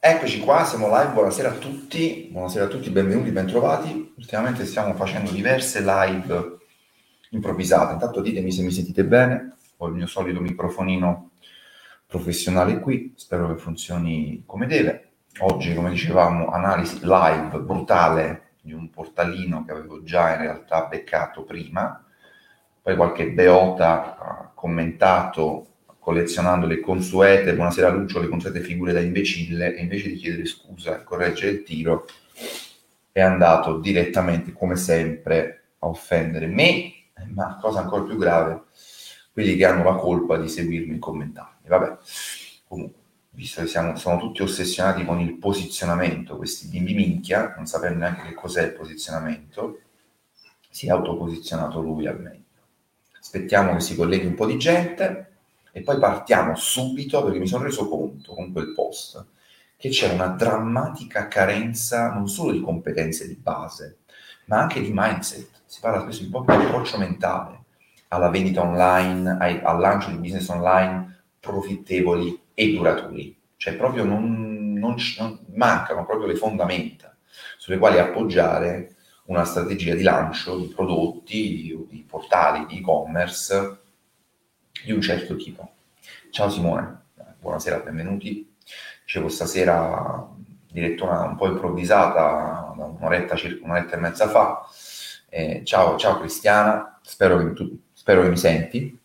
Eccoci qua, siamo live, buonasera a tutti, benvenuti, bentrovati. Ultimamente stiamo facendo diverse live improvvisate, intanto ditemi se mi sentite bene, ho il mio solito microfonino professionale qui, spero che funzioni come deve. Oggi, come dicevamo, analisi live brutale di un portalino che avevo già in realtà beccato prima, poi qualche beota ha commentato collezionando le consuete, buonasera Lucio, le consuete figure da imbecille, e invece di chiedere scusa e correggere il tiro, è andato direttamente, come sempre, a offendere me, ma cosa ancora più grave, quelli che hanno la colpa di seguirmi e commentarmi. Vabbè, comunque, visto che sono tutti ossessionati con il posizionamento, questi bimbi minchia, non sapendo neanche che cos'è il posizionamento, si è autoposizionato lui al meglio. Aspettiamo che si colleghi un po' di gente e poi partiamo subito, perché mi sono reso conto con quel post che c'è una drammatica carenza non solo di competenze di base, ma anche di mindset. Si parla spesso di proprio di approccio mentale alla vendita online, al lancio di business online profittevoli e duraturi. Cioè proprio non mancano proprio le fondamenta sulle quali appoggiare una strategia di lancio di prodotti, di portali di e-commerce di un certo tipo. Ciao Simone, buonasera, benvenuti. Dicevo stasera direttura un po' improvvisata da circa un'oretta e mezza fa. Ciao Cristiana, spero che mi senti.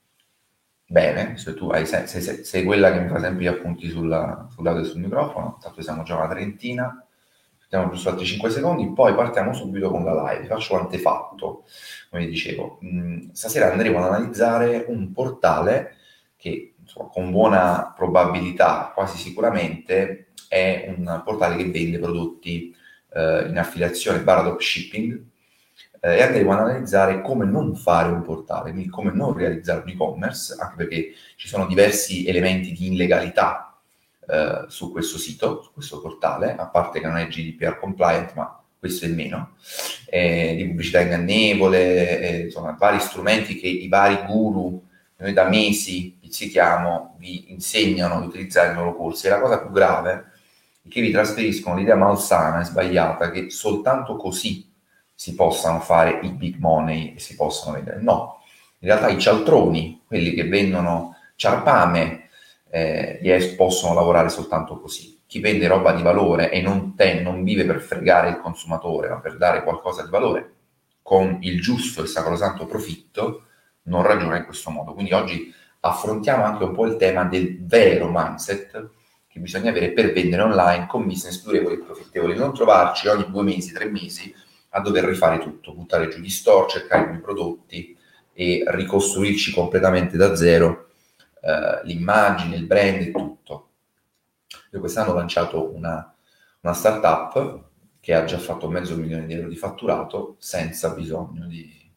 Bene, se tu sei quella che mi fa sempre gli appunti sul lato e sul microfono, tanto siamo già una trentina, aspettiamo giusto altri 5 secondi, poi partiamo subito con la live. Faccio l'antefatto, come dicevo. Stasera andremo ad analizzare un portale che insomma, con buona probabilità, quasi sicuramente, è un portale che vende prodotti in affiliazione / dropshipping, e andremo ad analizzare come non fare un portale, quindi come non realizzare un e-commerce, anche perché ci sono diversi elementi di illegalità su questo sito, su questo portale, a parte che non è GDPR compliant, ma questo è il meno, di pubblicità ingannevole, insomma, vari strumenti che i vari guru, noi da mesi pizzichiamo, vi insegnano ad utilizzare nei loro corsi. E la cosa più grave è che vi trasferiscono l'idea malsana e sbagliata che soltanto così si possano fare i big money e si possano vendere. No, in realtà i cialtroni, quelli che vendono ciarpame, possono lavorare soltanto così. Chi vende roba di valore e non vive per fregare il consumatore, ma per dare qualcosa di valore con il giusto e sacrosanto profitto, non ragiona in questo modo. Quindi oggi affrontiamo anche un po' il tema del vero mindset che bisogna avere per vendere online con business durevoli e profittevoli, non trovarci ogni 2 mesi, 3 mesi a dover rifare tutto, buttare giù gli store, cercare nuovi prodotti e ricostruirci completamente da zero l'immagine, il brand e tutto. Io quest'anno ho lanciato una startup che ha già fatto $500,000 di fatturato senza bisogno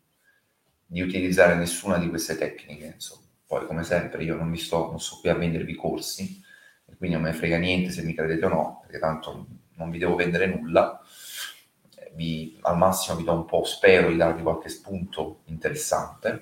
di utilizzare nessuna di queste tecniche. Insomma. Poi, come sempre, io non sto qui a vendervi corsi, e quindi non me ne frega niente se mi credete o no, perché tanto non vi devo vendere nulla. Al massimo vi do un po', spero di darvi qualche spunto interessante.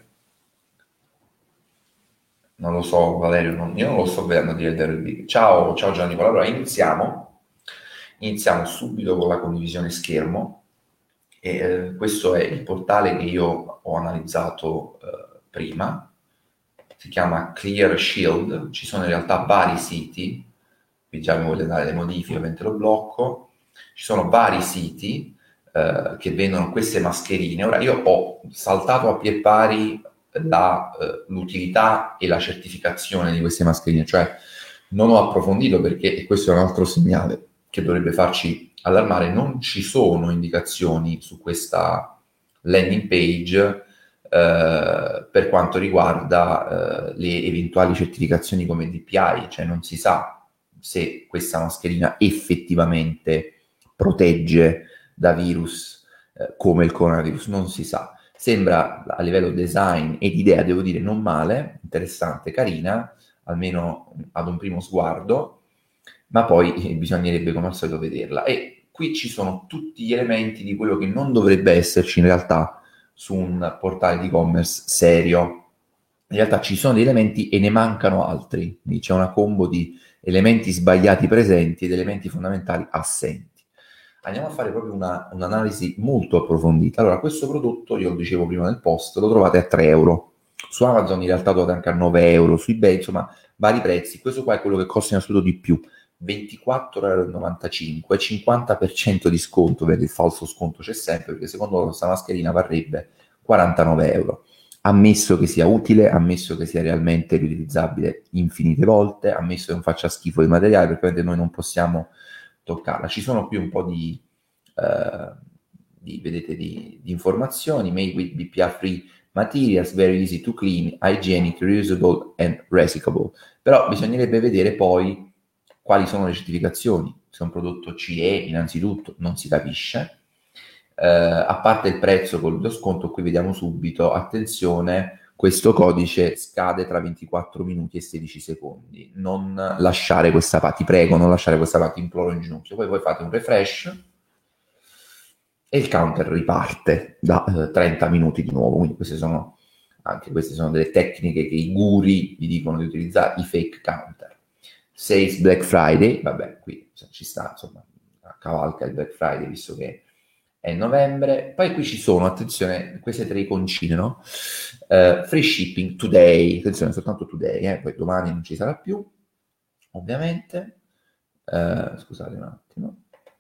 Non lo so, Valerio, io non lo sto vedendo di vedere il video. Ciao Gianni. Allora iniziamo subito con la condivisione schermo. Questo è il portale che io ho analizzato prima, si chiama Clear Shield, ci sono in realtà vari siti, qui già mi voglio dare le modifiche, ovviamente lo blocco, ci sono vari siti che vendono queste mascherine. Ora io ho saltato a pie pari l'utilità e la certificazione di queste mascherine, cioè non ho approfondito perché, e questo è un altro segnale che dovrebbe farci allarmare, non ci sono indicazioni su questa landing page per quanto riguarda le eventuali certificazioni come DPI, cioè non si sa se questa mascherina effettivamente protegge da virus come il coronavirus, non si sa. Sembra a livello design ed idea, devo dire, non male, interessante, carina, almeno ad un primo sguardo, ma poi bisognerebbe come al solito vederla. E qui ci sono tutti gli elementi di quello che non dovrebbe esserci in realtà su un portale di e-commerce serio. in realtà ci sono degli elementi e ne mancano altri, quindi c'è una combo di elementi sbagliati presenti ed elementi fondamentali assenti. Andiamo a fare proprio un'analisi molto approfondita. Allora, questo prodotto, io lo dicevo prima nel post, lo trovate a 3 euro. Su Amazon in realtà lo trovate anche a 9 euro, su eBay, insomma, vari prezzi. Questo qua è quello che costa in assoluto di più. 24,95 €, 50% di sconto, perché il falso sconto c'è sempre, perché secondo loro questa mascherina varrebbe 49 euro. Ammesso che sia utile, ammesso che sia realmente riutilizzabile infinite volte, ammesso che non faccia schifo di materiale, perché ovviamente noi non possiamo toccarla. Ci sono qui un po' vedete, di informazioni, made with BPA-free materials, very easy to clean, hygienic, reusable and recyclable. Però bisognerebbe vedere poi quali sono le certificazioni. Se è un prodotto CE, innanzitutto, non si capisce. A parte il prezzo con lo sconto, qui vediamo subito, attenzione, questo codice scade tra 24 minuti e 16 secondi. Non lasciare questa parte, ti prego, non lasciare questa parte, imploro in ginocchio. Poi fate un refresh e il counter riparte da 30 minuti di nuovo. Quindi anche queste sono delle tecniche che i guri vi dicono di utilizzare, i fake counter. Sales Black Friday, vabbè, qui ci sta, insomma, cavalca il Black Friday, visto che è novembre. Poi qui ci sono, attenzione, queste tre iconcine, no? Free shipping today, attenzione, soltanto today, poi domani non ci sarà più, ovviamente. Scusate un attimo.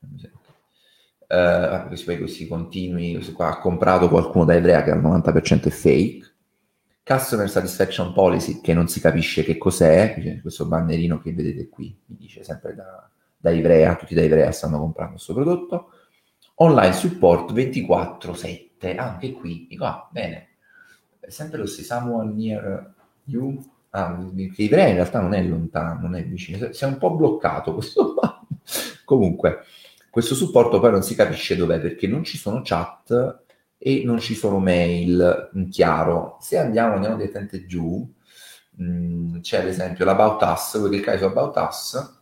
Questi continui, questo qua ha comprato qualcuno da Ivrea che al 90% è fake. Customer Satisfaction Policy, che non si capisce che cos'è, questo bannerino che vedete qui, mi dice sempre da Ivrea, tutti da Ivrea stanno comprando questo prodotto. Online Support 24/7, anche qui, dico, bene, è sempre lo stesso, someone near you, che Ivrea in realtà non è lontano, non è vicino, si è un po' bloccato questo qua. Comunque, questo supporto poi non si capisce dov'è, perché non ci sono chat e non ci sono mail in chiaro. Se andiamo direttamente giù, c'è ad esempio l'About Us, voi cliccate su About Us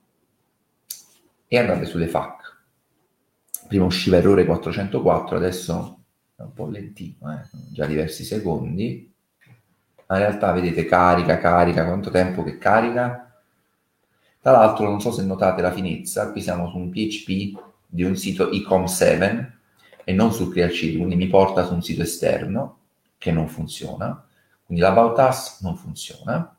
e andate sulle FAQ. Prima usciva errore 404, adesso è un po' lentino, già diversi secondi. Ma in realtà vedete carica, quanto tempo che carica? Tra l'altro non so se notate la finezza, qui siamo su un PHP di un sito Ecom7 e non sul CreaCity, quindi mi porta su un sito esterno che non funziona, quindi l'About Us non funziona.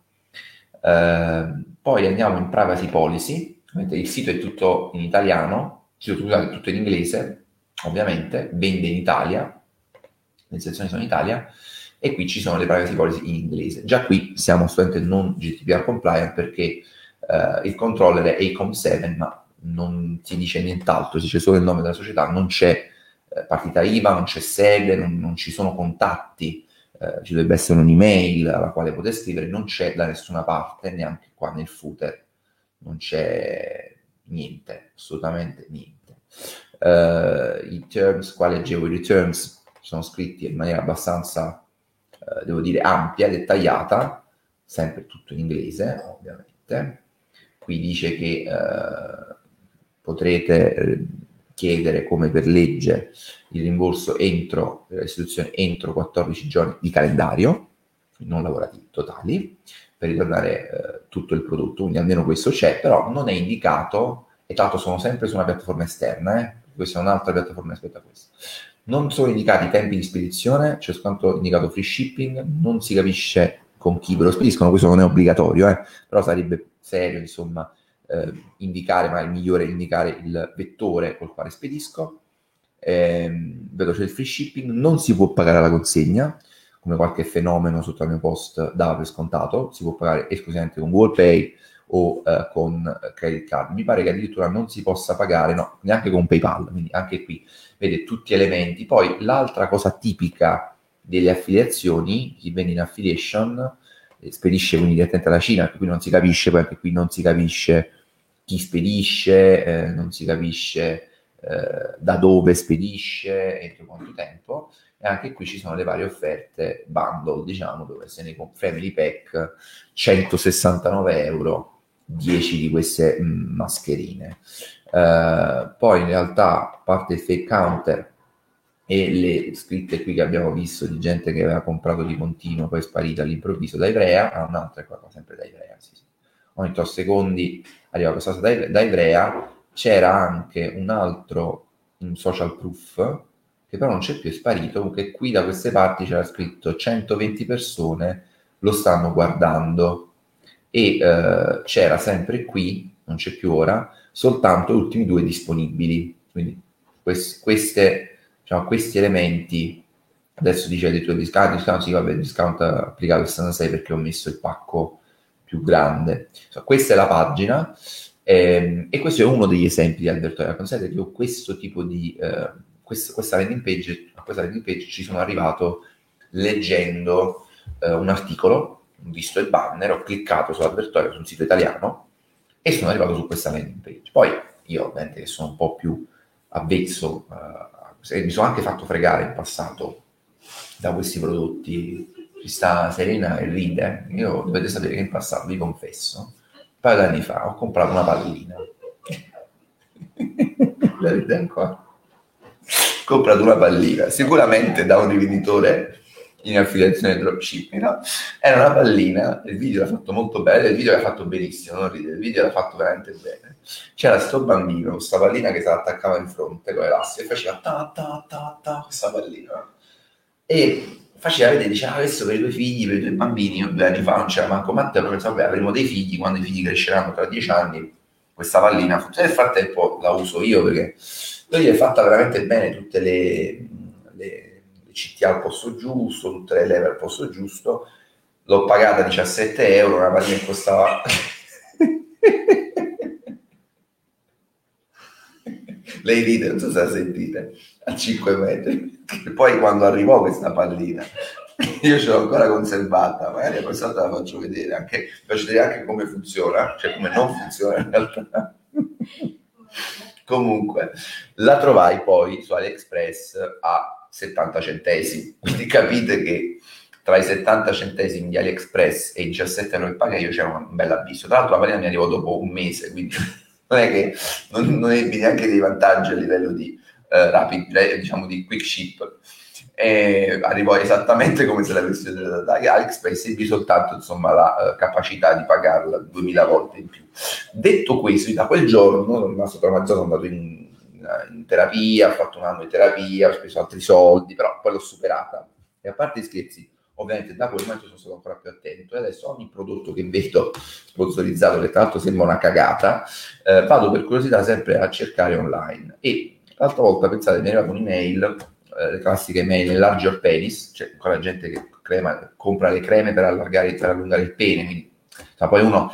Poi andiamo in Privacy Policy, il sito è tutto in italiano, il sito è tutto in inglese, ovviamente, vende in Italia, le sezioni sono in Italia, e qui ci sono le Privacy Policy in inglese. Già qui siamo assolutamente non GDPR compliant perché il controller è Ecom7, ma non si dice nient'altro, si dice solo il nome della società, non c'è partita IVA, non c'è sede, non ci sono contatti, ci dovrebbe essere un'email alla quale potete scrivere, non c'è da nessuna parte, neanche qua nel footer, non c'è niente, assolutamente niente. I terms, qua leggevo i terms, sono scritti in maniera abbastanza, devo dire, ampia, dettagliata, sempre tutto in inglese, ovviamente. Qui dice che potrete chiedere, come per legge, il rimborso entro la restituzione entro 14 giorni di calendario, non lavorativi totali, per ritornare tutto il prodotto, quindi almeno questo c'è, però non è indicato, e tra l'altro sono sempre su una piattaforma esterna, questa è un'altra piattaforma rispetto a questa. Non sono indicati i tempi di spedizione, c'è soltanto indicato free shipping, non si capisce con chi ve lo spediscono, questo non è obbligatorio, però sarebbe serio, insomma, indicare, ma è migliore indicare il vettore col quale spedisco. Vedo c'è il free shipping, non si può pagare la consegna, come qualche fenomeno sotto il mio post dava per scontato, si può pagare esclusivamente con Google Pay o con credit card. Mi pare che addirittura non si possa pagare, no, neanche con PayPal, quindi anche qui vede tutti elementi. Poi l'altra cosa tipica delle affiliazioni, chi vende in affiliation spedisce quindi direttamente alla Cina, qui non si capisce, poi anche qui non si capisce chi spedisce, non si capisce da dove spedisce, entro quanto tempo, e anche qui ci sono le varie offerte bundle, diciamo, dove se ne compra Family Pack 169 euro, 10 di queste mascherine. Poi in realtà, a parte il fake counter, e le scritte qui che abbiamo visto di gente che aveva comprato di continuo, poi è sparita all'improvviso da Ivrea, un'altra qua, sempre da Ivrea, sì, sì. Ogni 8 secondi arriva questa cosa da Ivrea. C'era anche un altro social proof che però non c'è più, è sparito, comunque qui da queste parti c'era scritto 120 persone lo stanno guardando e c'era sempre qui, non c'è più ora, soltanto gli ultimi due disponibili, quindi diciamo, questi elementi. Adesso dice dei tuoi discount, sì vabbè, discount applicato il 66 perché ho messo il pacco più grande. Questa è la pagina e questo è uno degli esempi di advertorial. Considerate che io questo tipo di questa landing page, a questa landing page ci sono arrivato leggendo un articolo, ho visto il banner, ho cliccato sull'advertorial su un sito italiano e sono arrivato su questa landing page. Poi io ovviamente che sono un po' più avvezzo, mi sono anche fatto fregare in passato da questi prodotti. Ci sta Serena e ride. Io dovete sapere che in passato, vi confesso, un paio d'anni fa ho comprato una pallina. La ride ancora? Ho comprato una pallina, sicuramente da un rivenditore in affiliazione dropshipping, no? Era una pallina, il video l'ha fatto molto bene, il video l'ha fatto benissimo, non ridere, il video l'ha fatto veramente bene. C'era sto bambino, questa pallina che si attaccava in fronte con l'elastico e faceva ta ta ta ta questa pallina. E faceva vedere, diceva, questo per i tuoi figli, per i tuoi bambini. Io 2 anni fa non c'era manco Matteo, pensavo, beh, avremo dei figli, quando i figli cresceranno tra 10 anni, questa pallina, nel frattempo la uso io perché poi è fatta veramente bene, tutte le CTA al posto giusto, tutte le leve al posto giusto. L'ho pagata 17 euro, una pallina che costava... Lei ride, non so se la sentite, a 5 metri. E poi quando arrivò questa pallina, io ce l'ho ancora conservata, magari la prossima volta la faccio vedere, faccio vedere anche come funziona, cioè come non funziona in realtà. Comunque, la trovai poi su AliExpress a 70 centesimi, quindi capite che tra i 70 centesimi di AliExpress e i 17 euro che pagai io c'era un bel abisso. Tra l'altro la pallina mi arrivò dopo un mese, quindi non è che non ebbi neanche dei vantaggi a livello di diciamo di quick ship. Arrivò esattamente come se l'avessi usata da AliExpress, ebbi soltanto insomma la capacità di pagarla 2000 volte in più. Detto questo, da quel giorno sono rimasto traumatizzato, sono andato in terapia, ho fatto un anno di terapia, ho speso altri soldi, però poi l'ho superata. E a parte gli scherzi, ovviamente da quel momento sono stato ancora più attento e adesso ogni prodotto che vedo sponsorizzato, che tra l'altro sembra una cagata, vado per curiosità sempre a cercare online. E l'altra volta, pensate, mi è arrivata un'email, le classiche email larger penis, cioè ancora gente che compra le creme per allungare il pene, quindi poi uno,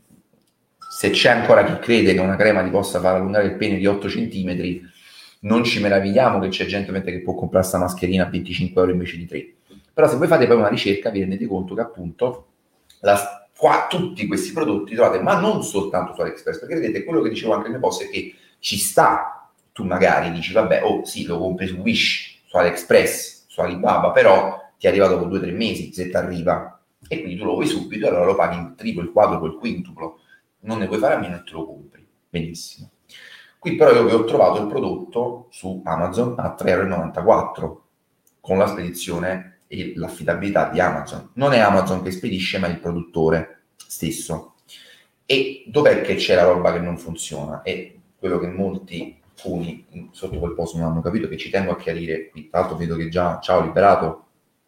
se c'è ancora chi crede che una crema ti possa far allungare il pene di 8 centimetri, non ci meravigliamo che c'è gente che può comprare questa mascherina a 25 euro invece di 3. Però se voi fate poi una ricerca vi rendete conto che appunto qua tutti questi prodotti trovate, ma non soltanto su AliExpress, perché vedete, quello che dicevo anche nel post è che ci sta, tu magari dici vabbè, oh sì, lo compri su Wish, su AliExpress, su Alibaba, però ti arriva dopo 2 o 3 mesi se ti arriva, e quindi tu lo vuoi subito e allora lo paghi il triplo, il quadruplo, il quintuplo, non ne puoi fare a meno e te lo compri, benissimo. Qui però io vi ho trovato il prodotto su Amazon a 3,94 euro con la spedizione e l'affidabilità di Amazon. Non è Amazon che spedisce, ma il produttore stesso. E dov'è che c'è la roba che non funziona? È quello che molti, alcuni sotto quel posto non hanno capito, che ci tengo a chiarire qui. Tra l'altro vedo che già, ciao Liberato,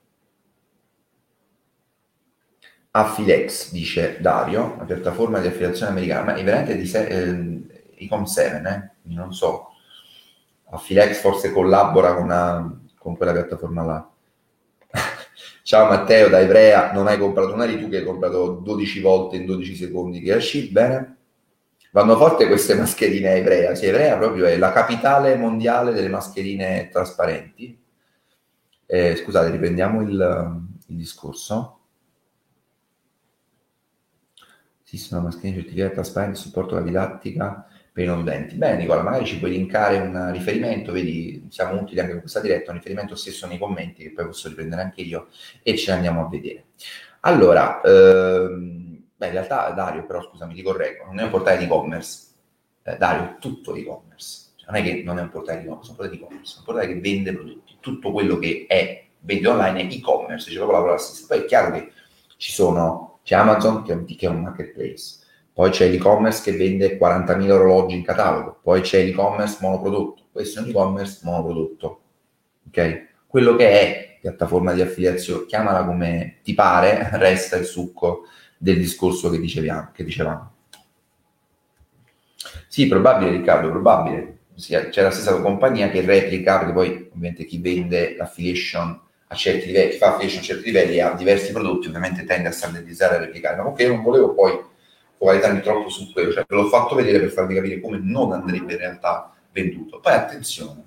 Affilex, dice Dario, una piattaforma di affiliazione americana, ma è veramente di Ecom7, non so. Affilex forse collabora con quella piattaforma là. Ciao Matteo, da Ivrea, non hai comprato una di tu che hai comprato 12 volte in 12 secondi che esci, bene? Vanno forte queste mascherine a Ivrea, sì, Ivrea proprio è la capitale mondiale delle mascherine trasparenti. Scusate, riprendiamo il discorso. Esistono mascherine certificate trasparenti, supporto la didattica per i non udenti. Bene Nicola, magari ci puoi linkare un riferimento, vedi, siamo utili anche con questa diretta, un riferimento stesso nei commenti che poi posso riprendere anche io e ce ne andiamo a vedere. Allora, in realtà Dario, però scusami, ti correggo, non è un portale di e-commerce, Dario, è tutto e-commerce. Cioè, non è che non è un portale di e-commerce, è un portale di e-commerce, è un portale che vende prodotti. Tutto quello che vende online è e-commerce, c'è proprio la parola stessa. Poi è chiaro che c'è Amazon che è un marketplace, poi c'è l'e-commerce che vende 40.000 orologi in catalogo, poi c'è l'e-commerce monoprodotto, questo è un e-commerce monoprodotto, ok? Quello che è piattaforma di affiliazione, chiamala come ti pare, resta il succo del discorso che dicevamo. Sì, probabile Riccardo, probabile. C'è la stessa compagnia che replica, perché poi ovviamente chi vende l'affiliation a certi livelli, chi fa affiliation a certi livelli e ha diversi prodotti, ovviamente tende a standardizzare e a replicare. Ma comunque io non volevo poi focalizzarmi troppo su quello, cioè ve l'ho fatto vedere per farvi capire come non andrebbe in realtà venduto. Poi attenzione,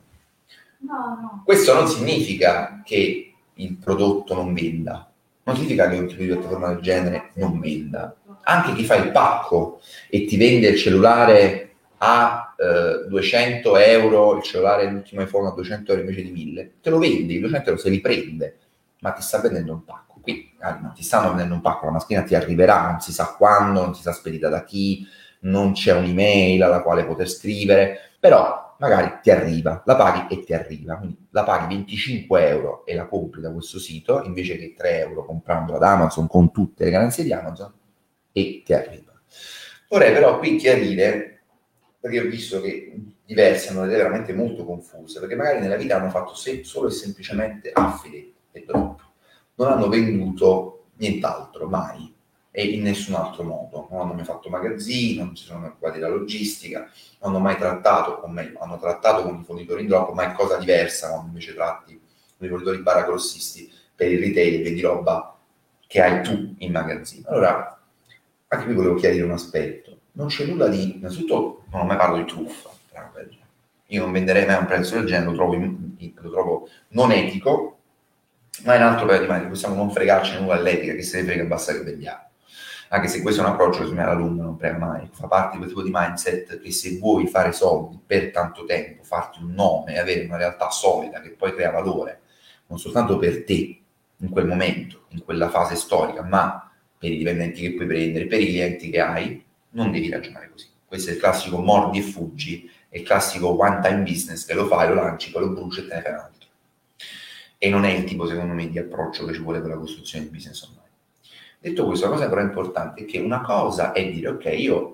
questo non significa che il prodotto non venda, non significa che un tipo di piattaforma del genere non venda. Anche chi fa il pacco e ti vende il cellulare a 200 euro, il cellulare l'ultimo iPhone a 200 euro invece di 1000, te lo vendi, i 200 euro se li prende, ma ti sta vendendo un pacco. Qui non ti stanno vendendo un pacco, la mascherina ti arriverà, non si sa quando, non si sa spedita da chi, non c'è un'email alla quale poter scrivere, però magari ti arriva, la paghi e ti arriva, quindi la paghi 25 euro e la compri da questo sito, invece che 3 euro comprandola da Amazon con tutte le garanzie di Amazon, e ti arriva. Vorrei però qui chiarire, perché ho visto che diversi hanno delle idee veramente molto confuse, perché magari nella vita hanno fatto solo e semplicemente affiliate e drop, non hanno venduto nient'altro, mai, e in nessun altro modo, non hanno mai fatto magazzino, non si sono mai occupati della logistica, non hanno mai trattato, o meglio, hanno trattato con i fornitori in drop, ma è cosa diversa quando invece tratti con i fornitori barra grossisti per il retail, vendi roba che hai tu in magazzino. Allora, anche qui volevo chiarire un aspetto. Non c'è nulla di... Innanzitutto non ho mai parlato di truffa. Io non venderei mai a un prezzo del genere, lo trovo non etico, ma è un altro paio di mani, possiamo non fregarci nulla all'etica, che se ne frega, basta che vendiamo. Anche se questo è un approccio che secondo me alla lunga non prega mai, fa parte di quel tipo di mindset che se vuoi fare soldi per tanto tempo, farti un nome e avere una realtà solida che poi crea valore, non soltanto per te in quel momento, in quella fase storica, ma per i dipendenti che puoi prendere, per i clienti che hai, non devi ragionare così. Questo è il classico mordi e fuggi, è il classico one time business che lo fai, lo lanci, poi lo bruci e te ne fai un altro. E non è il tipo, secondo me, di approccio che ci vuole per la costruzione di business online. Detto questo, la cosa però importante è che una cosa è dire, ok, io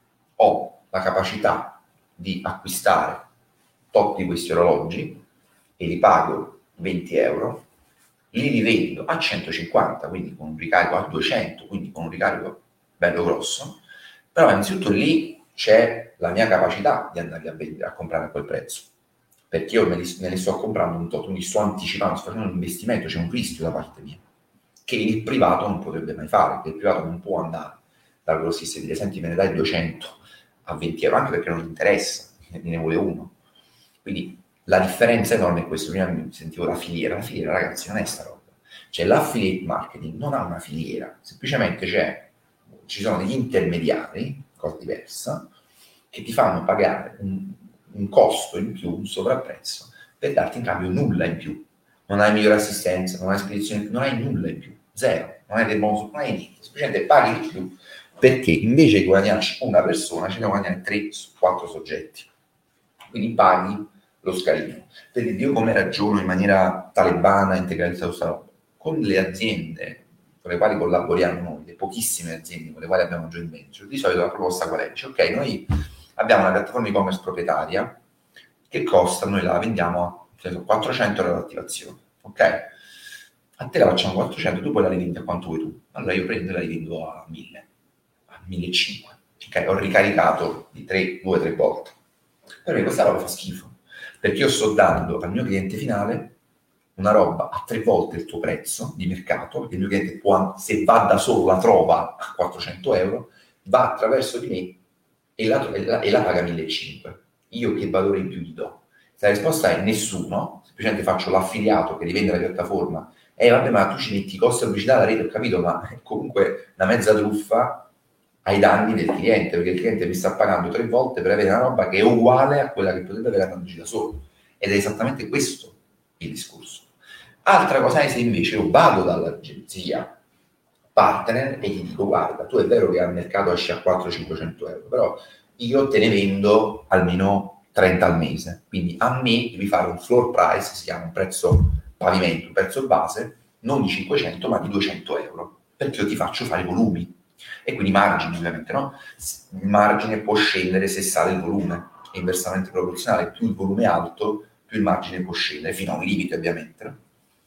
ho la capacità di acquistare tot di questi orologi e li pago 20 euro, li rivendo a 150, quindi con un ricarico a 200, quindi con un ricarico bello grosso, però innanzitutto lì c'è la mia capacità di andarli a vendere, a comprare a quel prezzo, perché io me li sto comprando un tot, quindi sto anticipando, sto facendo un investimento, c'è un rischio da parte mia, che il privato non potrebbe mai fare, perché il privato non può andare dal grossista e dire, senti, me ne dai 200 a 20 euro, anche perché non gli interessa, ne vuole uno. Quindi la differenza enorme è questo. Prima sentivo la filiera, ragazzi, non è sta roba. Cioè l'affiliate marketing non ha una filiera, semplicemente ci sono degli intermediari, cosa diversa, che ti fanno pagare un costo in più, un sovrapprezzo, per darti in cambio nulla in più. Non hai migliore assistenza, non hai spedizione, non hai nulla in più, zero, non hai dei bonus, non hai niente, semplicemente paghi di più, perché invece di guadagnarci una persona, ce ne guadagnare 3-4 soggetti. Quindi paghi lo scalino. Per dire, io come ragiono in maniera talebana, integralizzata questa roba, con le aziende con le quali collaboriamo noi, le pochissime aziende con le quali abbiamo joint venture, di solito la proposta qual è? Dice, ok, noi abbiamo una piattaforma e-commerce proprietaria che costa, noi la vendiamo a 400 euro l'attivazione, ok? A te la facciamo 400, tu poi la rivendi a quanto vuoi tu. Allora io prendo e la rivendo a 1000, a 1500. Okay? Ho ricaricato di 2-3 volte. Però questa roba fa schifo, perché io sto dando al mio cliente finale una roba a 3 volte il tuo prezzo di mercato, perché il mio cliente può, se va da solo la trova a 400 euro, va attraverso di me e la paga 1500. Io che valore in più gli do? Se la risposta è nessuno, semplicemente faccio l'affiliato che rivende la piattaforma, vabbè, ma tu ci metti i costi di pubblicità alla rete, ho capito, ma è comunque una mezza truffa ai danni del cliente, perché il cliente mi sta pagando 3 volte per avere una roba che è uguale a quella che potrebbe avere andandoci da solo. Ed è esattamente questo il discorso. Altra cosa è se invece io vado dall'agenzia partner e gli dico, guarda, tu è vero che al mercato esci a 400-500 euro, però io te ne vendo almeno 30 al mese. Quindi a me devi fare un floor price, si chiama un prezzo pavimento, un prezzo base, non di 500 ma di 200 euro, perché io ti faccio fare volumi. E quindi margini ovviamente, no? Il margine può scendere se sale il volume, è inversamente proporzionale, più il volume è alto, più il margine può scendere, fino a un limite ovviamente, no?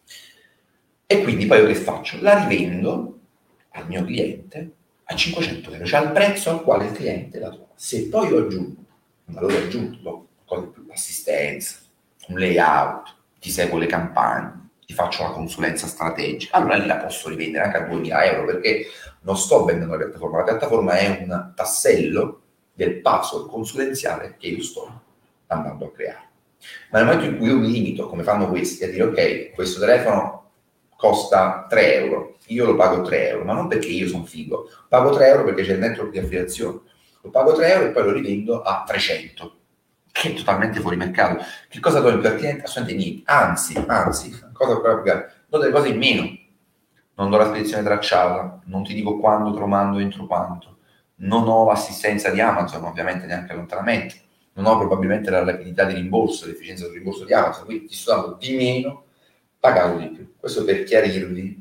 E quindi poi io che faccio? La rivendo al mio cliente a 500 euro, cioè al prezzo al quale il cliente la trova. Se poi io aggiungo un valore aggiunto, cose più assistenza, un layout, ti seguo le campagne, ti faccio la consulenza strategica, allora lì la posso rivendere anche a 2000 euro, perché non sto vendendo la piattaforma è un tassello del puzzle consulenziale che io sto andando a creare. Ma nel momento in cui io mi limito, come fanno questi, a dire ok, questo telefono costa 3 euro, io lo pago 3 euro, ma non perché io sono figo, pago 3 euro perché c'è il network di affiliazione, lo pago 3 euro e poi lo rivendo a 300, che è totalmente fuori mercato. Che cosa do in più al cliente? Assolutamente niente, anzi, cosa proprio, do delle cose in meno, non do la spedizione tracciata, non ti dico quando te lo mando, entro quanto, non ho l'assistenza di Amazon, ovviamente neanche lontanamente, non ho probabilmente la rapidità di rimborso, l'efficienza del rimborso di Amazon, quindi ti sto dando di meno, pagato di più. Questo per chiarirvi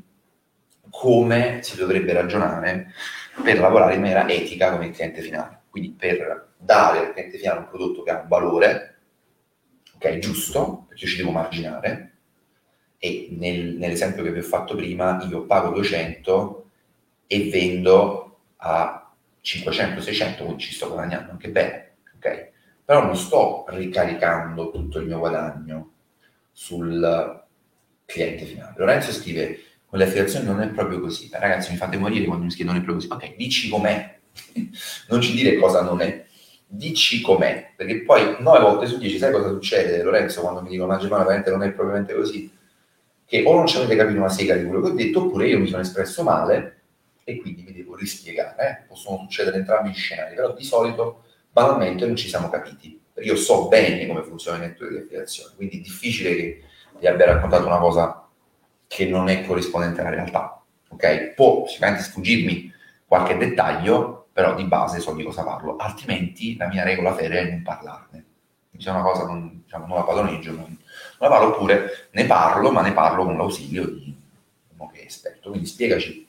come si dovrebbe ragionare per lavorare in maniera etica con il cliente finale. Quindi per dare al cliente finale un prodotto che ha un valore, ok, giusto, perché io ci devo marginare, e nell'esempio che vi ho fatto prima, io pago 200 e vendo a 500-600, quindi ci sto guadagnando anche bene, ok? Però non sto ricaricando tutto il mio guadagno sul cliente finale. Lorenzo scrive, con le affiliazioni non è proprio così. Ragazzi, mi fate morire quando mi scrivono non è proprio così. Ok, dici com'è. Non ci dire cosa non è. Dici com'è. Perché poi 9 volte su 10, sai cosa succede, Lorenzo, quando mi dicono ma Germano veramente non è propriamente così? Che o non ci avete capito una sega di quello che ho detto, oppure io mi sono espresso male e quindi mi devo rispiegare. Possono succedere entrambi gli scenari, però di solito banalmente non ci siamo capiti. Io so bene come funziona il network di affiliazione, quindi è difficile che vi abbia raccontato una cosa che non è corrispondente alla realtà. Ok? Può sicuramente sfuggirmi qualche dettaglio, però di base so di cosa parlo, altrimenti la mia regola ferrea è non parlarne. Se una cosa non, diciamo, non la padroneggio, non la parlo, oppure ne parlo, ma ne parlo con l'ausilio di uno che è esperto. Quindi spiegaci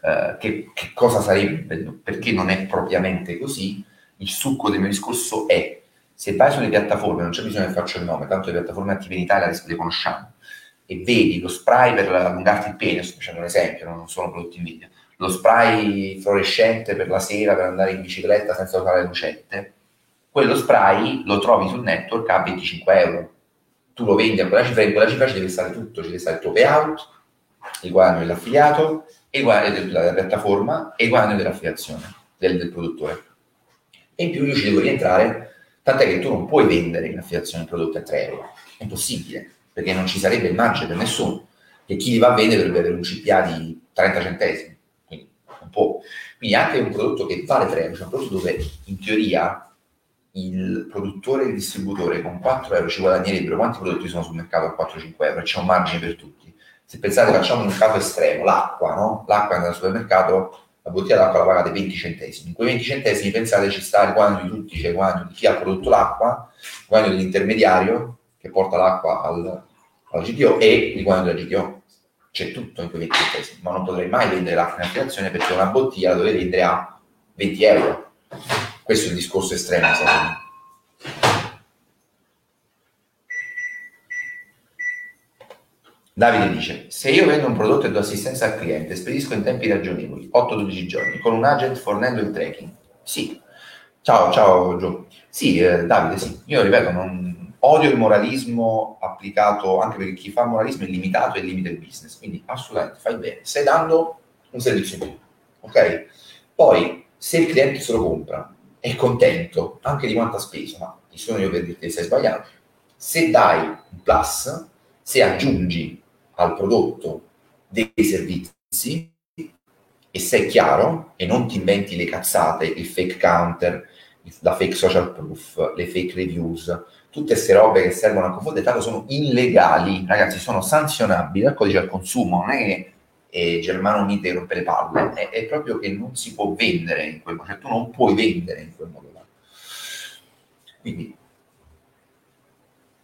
che cosa sarebbe, perché non è propriamente così. Il succo del mio discorso è, se vai sulle piattaforme, non c'è bisogno che faccio il nome, tanto le piattaforme attive in Italia le conosciamo, e vedi lo spray per allungarti il pene, sto facendo un esempio, non sono prodotti in video, lo spray fluorescente per la sera per andare in bicicletta senza usare le lucette, quello spray lo trovi sul network a 25 euro. Tu lo vendi a quella cifra, e in quella cifra ci deve stare tutto, ci deve stare il tuo payout, il guadagno dell'affiliato, il guadagno della piattaforma e il guadagno dell'affiliazione del produttore. E in più io ci devo rientrare, tant'è che tu non puoi vendere in affiliazione prodotti a 3 euro, è impossibile, perché non ci sarebbe il margine per nessuno, e chi li va a vendere dovrebbe avere un CPA di 30 centesimi, quindi non può. Quindi anche un prodotto che vale 3 euro, cioè un prodotto dove in teoria il produttore e il distributore con 4 euro ci guadagnerebbero, quanti prodotti sono sul mercato a 4-5 euro? C'è un margine per tutti. Se pensate, facciamo un caso estremo, l'acqua, no? L'acqua nel supermercato, la bottiglia d'acqua la pagate 20 centesimi. In quei 20 centesimi pensate ci sta il guadagno di tutti, c'è il guadagno di chi ha prodotto l'acqua, il guadagno dell'intermediario che porta l'acqua alla GTO e il guadagno della GTO. C'è tutto in quei 20 centesimi, ma non potrei mai vendere l'acqua in affiliazione perché una bottiglia la dovete vendere a 20 euro. Questo è il discorso estremo, secondo. Davide dice, se io vendo un prodotto e do assistenza al cliente, spedisco in tempi ragionevoli, 8-12 giorni, con un agent fornendo il tracking. Sì. Ciao Gio. Sì, Davide, sì. Io ripeto, non odio il moralismo applicato, anche perché chi fa moralismo è limitato e limita il business, quindi assolutamente fai bene. Stai dando un servizio in più, ok? Poi, se il cliente se lo compra, è contento anche di quanto ha speso, ma chi sono io per dirti che stai sbagliando? Se dai un plus, se aggiungi al prodotto dei servizi e sei chiaro e non ti inventi le cazzate, il fake counter, la fake social proof, le fake reviews, tutte queste robe che servono a confondere, tanto sono illegali, ragazzi, sono sanzionabili dal codice al consumo, non è che Germano Mite rompe le palle, è proprio che non si può vendere in quel modo, cioè tu non puoi vendere in quel modo là. Quindi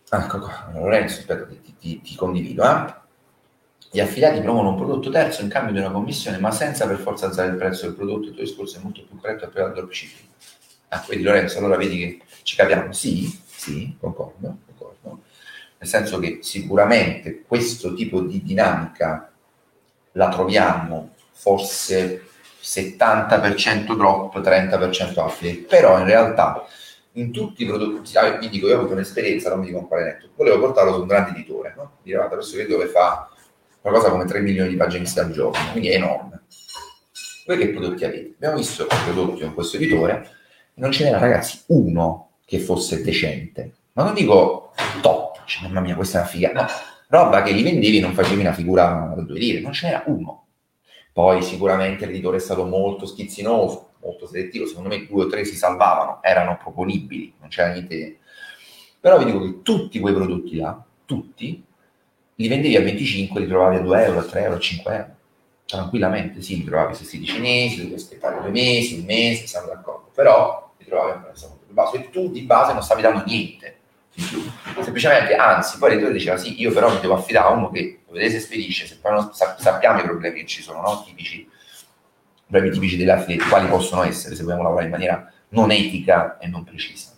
Ecco qua, Lorenzo, aspetta, ti condivido. Gli affiliati promuovono un prodotto terzo in cambio di una commissione, ma senza per forza alzare il prezzo del prodotto. Il tuo discorso è molto più corretto e per il dropshipping. Quindi Lorenzo, allora vedi che ci capiamo. Sì, concordo. Nel senso che sicuramente questo tipo di dinamica la troviamo forse 70% drop, 30% affiliate, però in realtà in tutti i prodotti, vi dico, io ho avuto un'esperienza, non mi dico quale netto, volevo portarlo su un grande editore, no? Di guarda, questo editore fa qualcosa come 3 milioni di pagine al giorno, quindi è enorme. Voi che prodotti avete? Abbiamo visto i prodotti con questo editore, non ce n'era, ragazzi, uno che fosse decente, ma non dico top, cioè, mamma mia, questa è una figa, no, roba che li vendevi e non facevi una figura da 2 lire, non ce n'era uno. Poi sicuramente l'editore è stato molto schizzinoso, molto selettivo, secondo me 2 o 3 si salvavano, erano proponibili, non c'era niente. Però vi dico che tutti quei prodotti là, tutti, li vendevi a 25, li trovavi a 2 euro, a 3 euro, a 5 euro. Tranquillamente, sì, li trovavi se 16 mesi, dovevi aspettare 2 mesi, un mese, siamo d'accordo, però li trovavi a un prezzo molto più basso e tu di base non stavi dando niente di più. Semplicemente, anzi, poi l'editore diceva sì, io però mi devo affidare a uno che vedete se spedisce, se poi non sappiamo i problemi che ci sono, no? Problemi tipici degli affiliati, quali possono essere se vogliamo lavorare in maniera non etica e non precisa.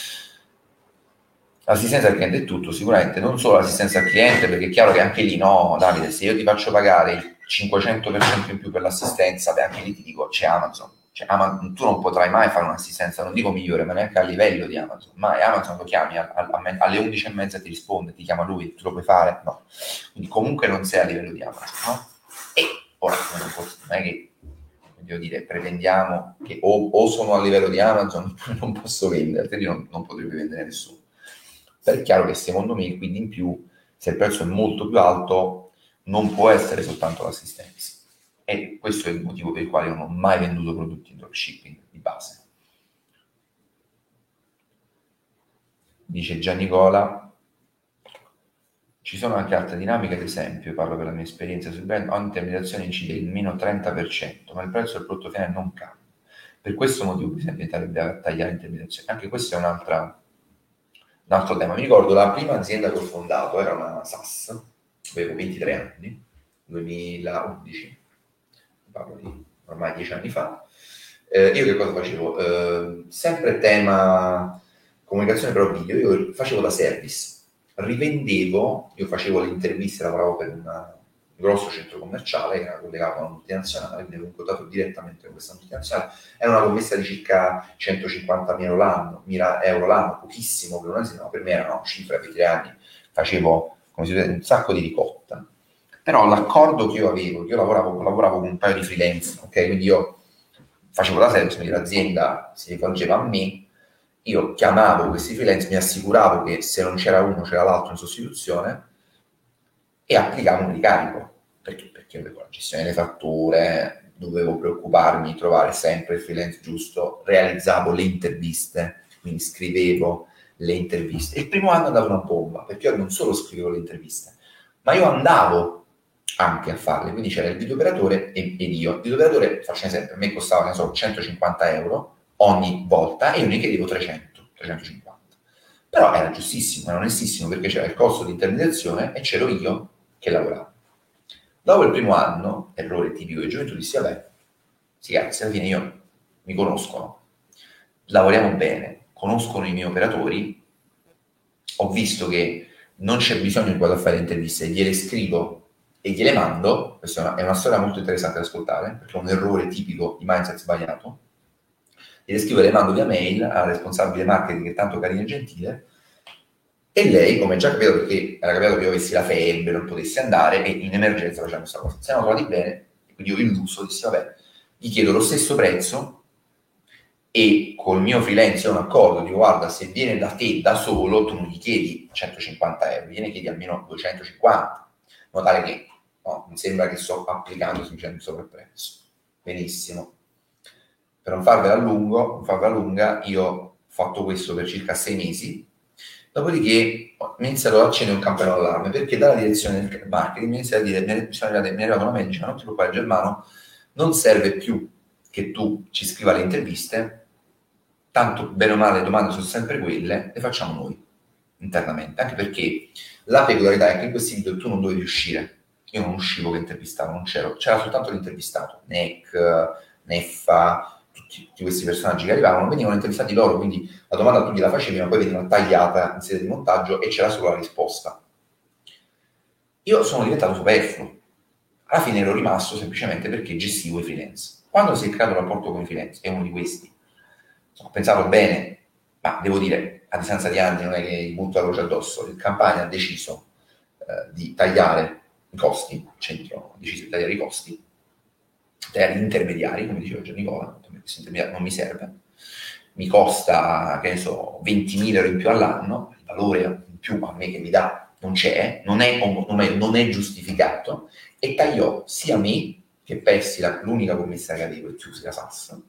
L'assistenza al cliente è tutto, sicuramente non solo l'assistenza al cliente, perché è chiaro che anche lì, no, Davide, se io ti faccio pagare il 500% in più per l'assistenza, beh, anche lì ti dico, c'è Amazon. Cioè, tu non potrai mai fare un'assistenza, non dico migliore, ma neanche a livello di Amazon. Ma Amazon lo chiami alle 11:30 ti risponde, ti chiama lui, tu lo puoi fare? No. Quindi comunque non sei a livello di Amazon, no? E ora non è che devo dire, pretendiamo che o sono a livello di Amazon, non posso vendere, altrimenti non potrebbe vendere nessuno. Però è chiaro che secondo me quindi in più, se il prezzo è molto più alto, non può essere soltanto l'assistenza. E questo è il motivo per il quale non ho mai venduto prodotti in dropshipping di base. Dice Giannicola, ci sono anche altre dinamiche, ad esempio, parlo per la mia esperienza sul brand, ogni intermediazione incide il meno 30%, ma il prezzo del prodotto finale non cambia. Per questo motivo bisogna evitare tagliare intermediazioni. Anche questo è un altro tema. Mi ricordo la prima azienda che ho fondato era una SaaS, avevo 23 anni, 2011, parlo di ormai 10 anni fa. Io che cosa facevo? Sempre tema comunicazione però video, io facevo da service, rivendevo, io facevo le interviste, lavoravo per un grosso centro commerciale che era collegato a una multinazionale, quindi avevo incontrato direttamente con questa multinazionale, era una commessa di circa 150.000 euro l'anno, pochissimo per un'azienda, ma per me erano cifre per 3 anni, facevo come si vede, un sacco di ricotta. Però l'accordo che io avevo, io lavoravo con un paio di freelance, ok? Quindi io facevo da service, quindi l'azienda si rivolgeva a me, io chiamavo questi freelance, mi assicuravo che se non c'era uno c'era l'altro in sostituzione e applicavo un ricarico, perché avevo la gestione delle fatture, dovevo preoccuparmi di trovare sempre il freelance giusto, realizzavo le interviste, quindi scrivevo le interviste. Il primo anno andavo una bomba, perché io non solo scrivevo le interviste, ma io andavo anche a farle, quindi c'era il video operatore ed io. Il video operatore, faccio un esempio, a me costava, ne so, 150 euro ogni volta e io ne chiedevo 300, 350. Però era giustissimo, era onestissimo, perché c'era il costo di intermediazione e c'ero io che lavoravo. Dopo il primo anno, errore tipico di gioventù, dissi, vabbè, sì, ragazzi, alla fine io mi conoscono, lavoriamo bene, conoscono i miei operatori, ho visto che non c'è bisogno di vado a fare interviste, gliele scrivo e gliele mando, questa è una storia molto interessante da ascoltare, perché è un errore tipico di mindset sbagliato, gliele scrivo e le mando via mail alla responsabile marketing che è tanto carina e gentile, e lei, come già capito, perché era capitato che io avessi la febbre, non potessi andare, e in emergenza facciamo questa cosa. Siamo trovati bene, e quindi io illuso dissi, vabbè, gli chiedo lo stesso prezzo, e col mio freelance ho un accordo, dico guarda, se viene da te da solo, tu non gli chiedi 150 euro, gliene chiedi almeno 250, in modo tale che no, mi sembra che sto applicando semplicemente il sovrapprezzo. Benissimo. Per non farvela lunga, io ho fatto questo per circa 6 mesi, dopodiché mi è iniziato ad accendere un campanello d'allarme, perché dalla direzione del marketing mi è iniziato a dire, mi è arrivata una mail, dice, non ti preoccupare Germano, non serve più che tu ci scriva le interviste, tanto bene o male le domande sono sempre quelle, le facciamo noi. internamente, anche perché la peculiarità è che in questi video tu non dovevi uscire. Io non uscivo che intervistavo, non c'era soltanto l'intervistato, NEC, Neffa, tutti questi personaggi che arrivavano, venivano intervistati loro, quindi la domanda tu gliela facevi, ma poi veniva tagliata in sede di montaggio e c'era solo la risposta. Io sono diventato superfluo. Alla fine ero rimasto semplicemente perché gestivo i freelance. Quando si è creato il rapporto con i freelance, è uno di questi. Ho pensato bene, ma devo dire, a distanza di anni non è che gli butto la croce addosso. Il Campania ha deciso di tagliare i costi, il centro ha deciso di tagliare i costi, tagliare gli intermediari, come diceva Gianni Nicola, questo intermediario non mi serve, mi costa, che ne so, 20.000 euro in più all'anno, il valore in più a me che mi dà non c'è, non è giustificato, e tagliò sia me, che persi l'unica commessa che avevo, e chiusi la SAS,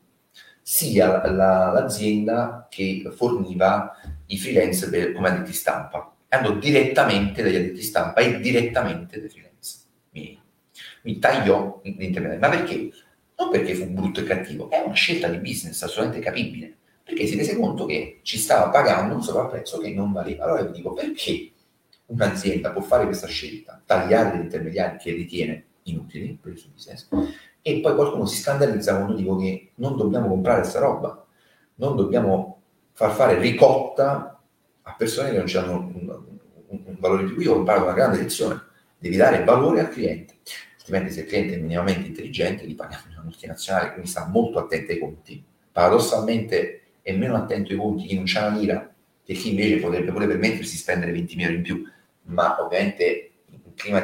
sia l'azienda che forniva i freelance come addetti stampa. Andò direttamente dagli addetti stampa e direttamente dai freelance miei. Mi tagliò l'intermediario. Ma perché? Non perché fu brutto e cattivo, è una scelta di business assolutamente capibile, perché si rese conto che ci stava pagando un sovrapprezzo che non valeva. Allora vi dico, perché un'azienda può fare questa scelta, tagliare degli intermediari che ritiene inutili per il suo business, e poi qualcuno si scandalizza quando dico che non dobbiamo comprare questa roba, non dobbiamo far fare ricotta a persone che non hanno un valore più. Io ho imparato una grande lezione: devi dare valore al cliente, altrimenti se il cliente è minimamente intelligente gli paghiamo una multinazionale, quindi sta molto attento ai conti. Paradossalmente è meno attento ai conti chi non c'ha una lira che chi invece potrebbe pure permettersi di spendere 20.000 euro in più, ma ovviamente in clima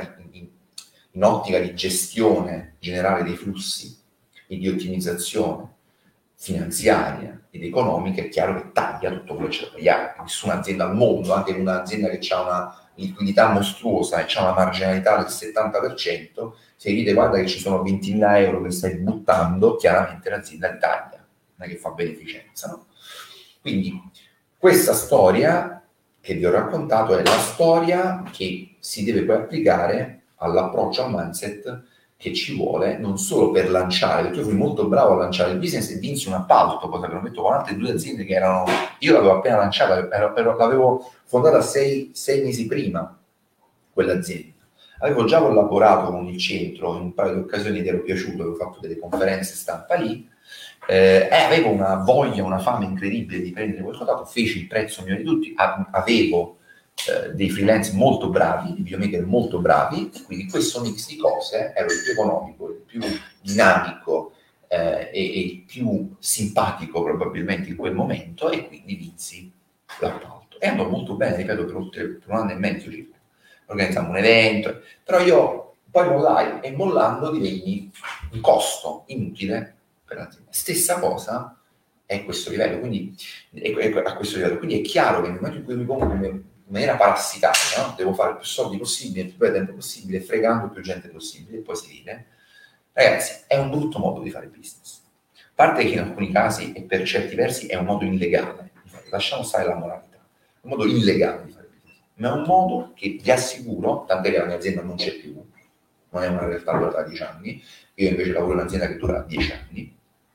in ottica di gestione generale dei flussi e di ottimizzazione finanziaria ed economica, è chiaro che taglia tutto quello che c'è da tagliare. Nessuna azienda al mondo, anche un'azienda che ha una liquidità mostruosa e ha una marginalità del 70%, se dite guarda che ci sono 20.000 euro che stai buttando, chiaramente l'azienda li taglia, non è che fa beneficenza, no? Quindi questa storia che vi ho raccontato è la storia che si deve poi applicare all'approccio, al mindset che ci vuole non solo per lanciare, perché io fui molto bravo a lanciare il business e vinsi un appalto, cosa che non metto con altre due aziende che erano, io l'avevo appena lanciata, l'avevo fondata sei mesi prima, quell'azienda. Avevo già collaborato con il centro in un paio di occasioni ed ero piaciuto, avevo fatto delle conferenze stampa lì, e avevo una voglia, una fame incredibile di prendere quel contratto, feci il prezzo migliore di tutti, avevo dei freelance molto bravi, di videomaker molto bravi, e quindi questo mix di cose ero il più economico, il più dinamico e il più simpatico probabilmente in quel momento, e quindi vinsi l'appalto. E andò molto bene, ripeto, per un anno e mezzo circa. Organizzammo un evento, però io poi mollai, e mollando diventi un costo inutile per l'azienda. Stessa cosa è a questo livello, quindi a questo livello. Quindi è chiaro che nel momento in cui mi pongo in maniera parassitaria, no? Devo fare il più soldi possibile, il più breve tempo possibile, fregando il più gente possibile, e poi si ride. Ragazzi, è un brutto modo di fare business. A parte che in alcuni casi e per certi versi è un modo illegale, lasciamo stare la moralità, è un modo illegale di fare business, ma è un modo che vi assicuro, tant'è che la mia azienda non c'è più, non è una realtà durata 10 anni, io invece lavoro in un'azienda che dura 10 anni,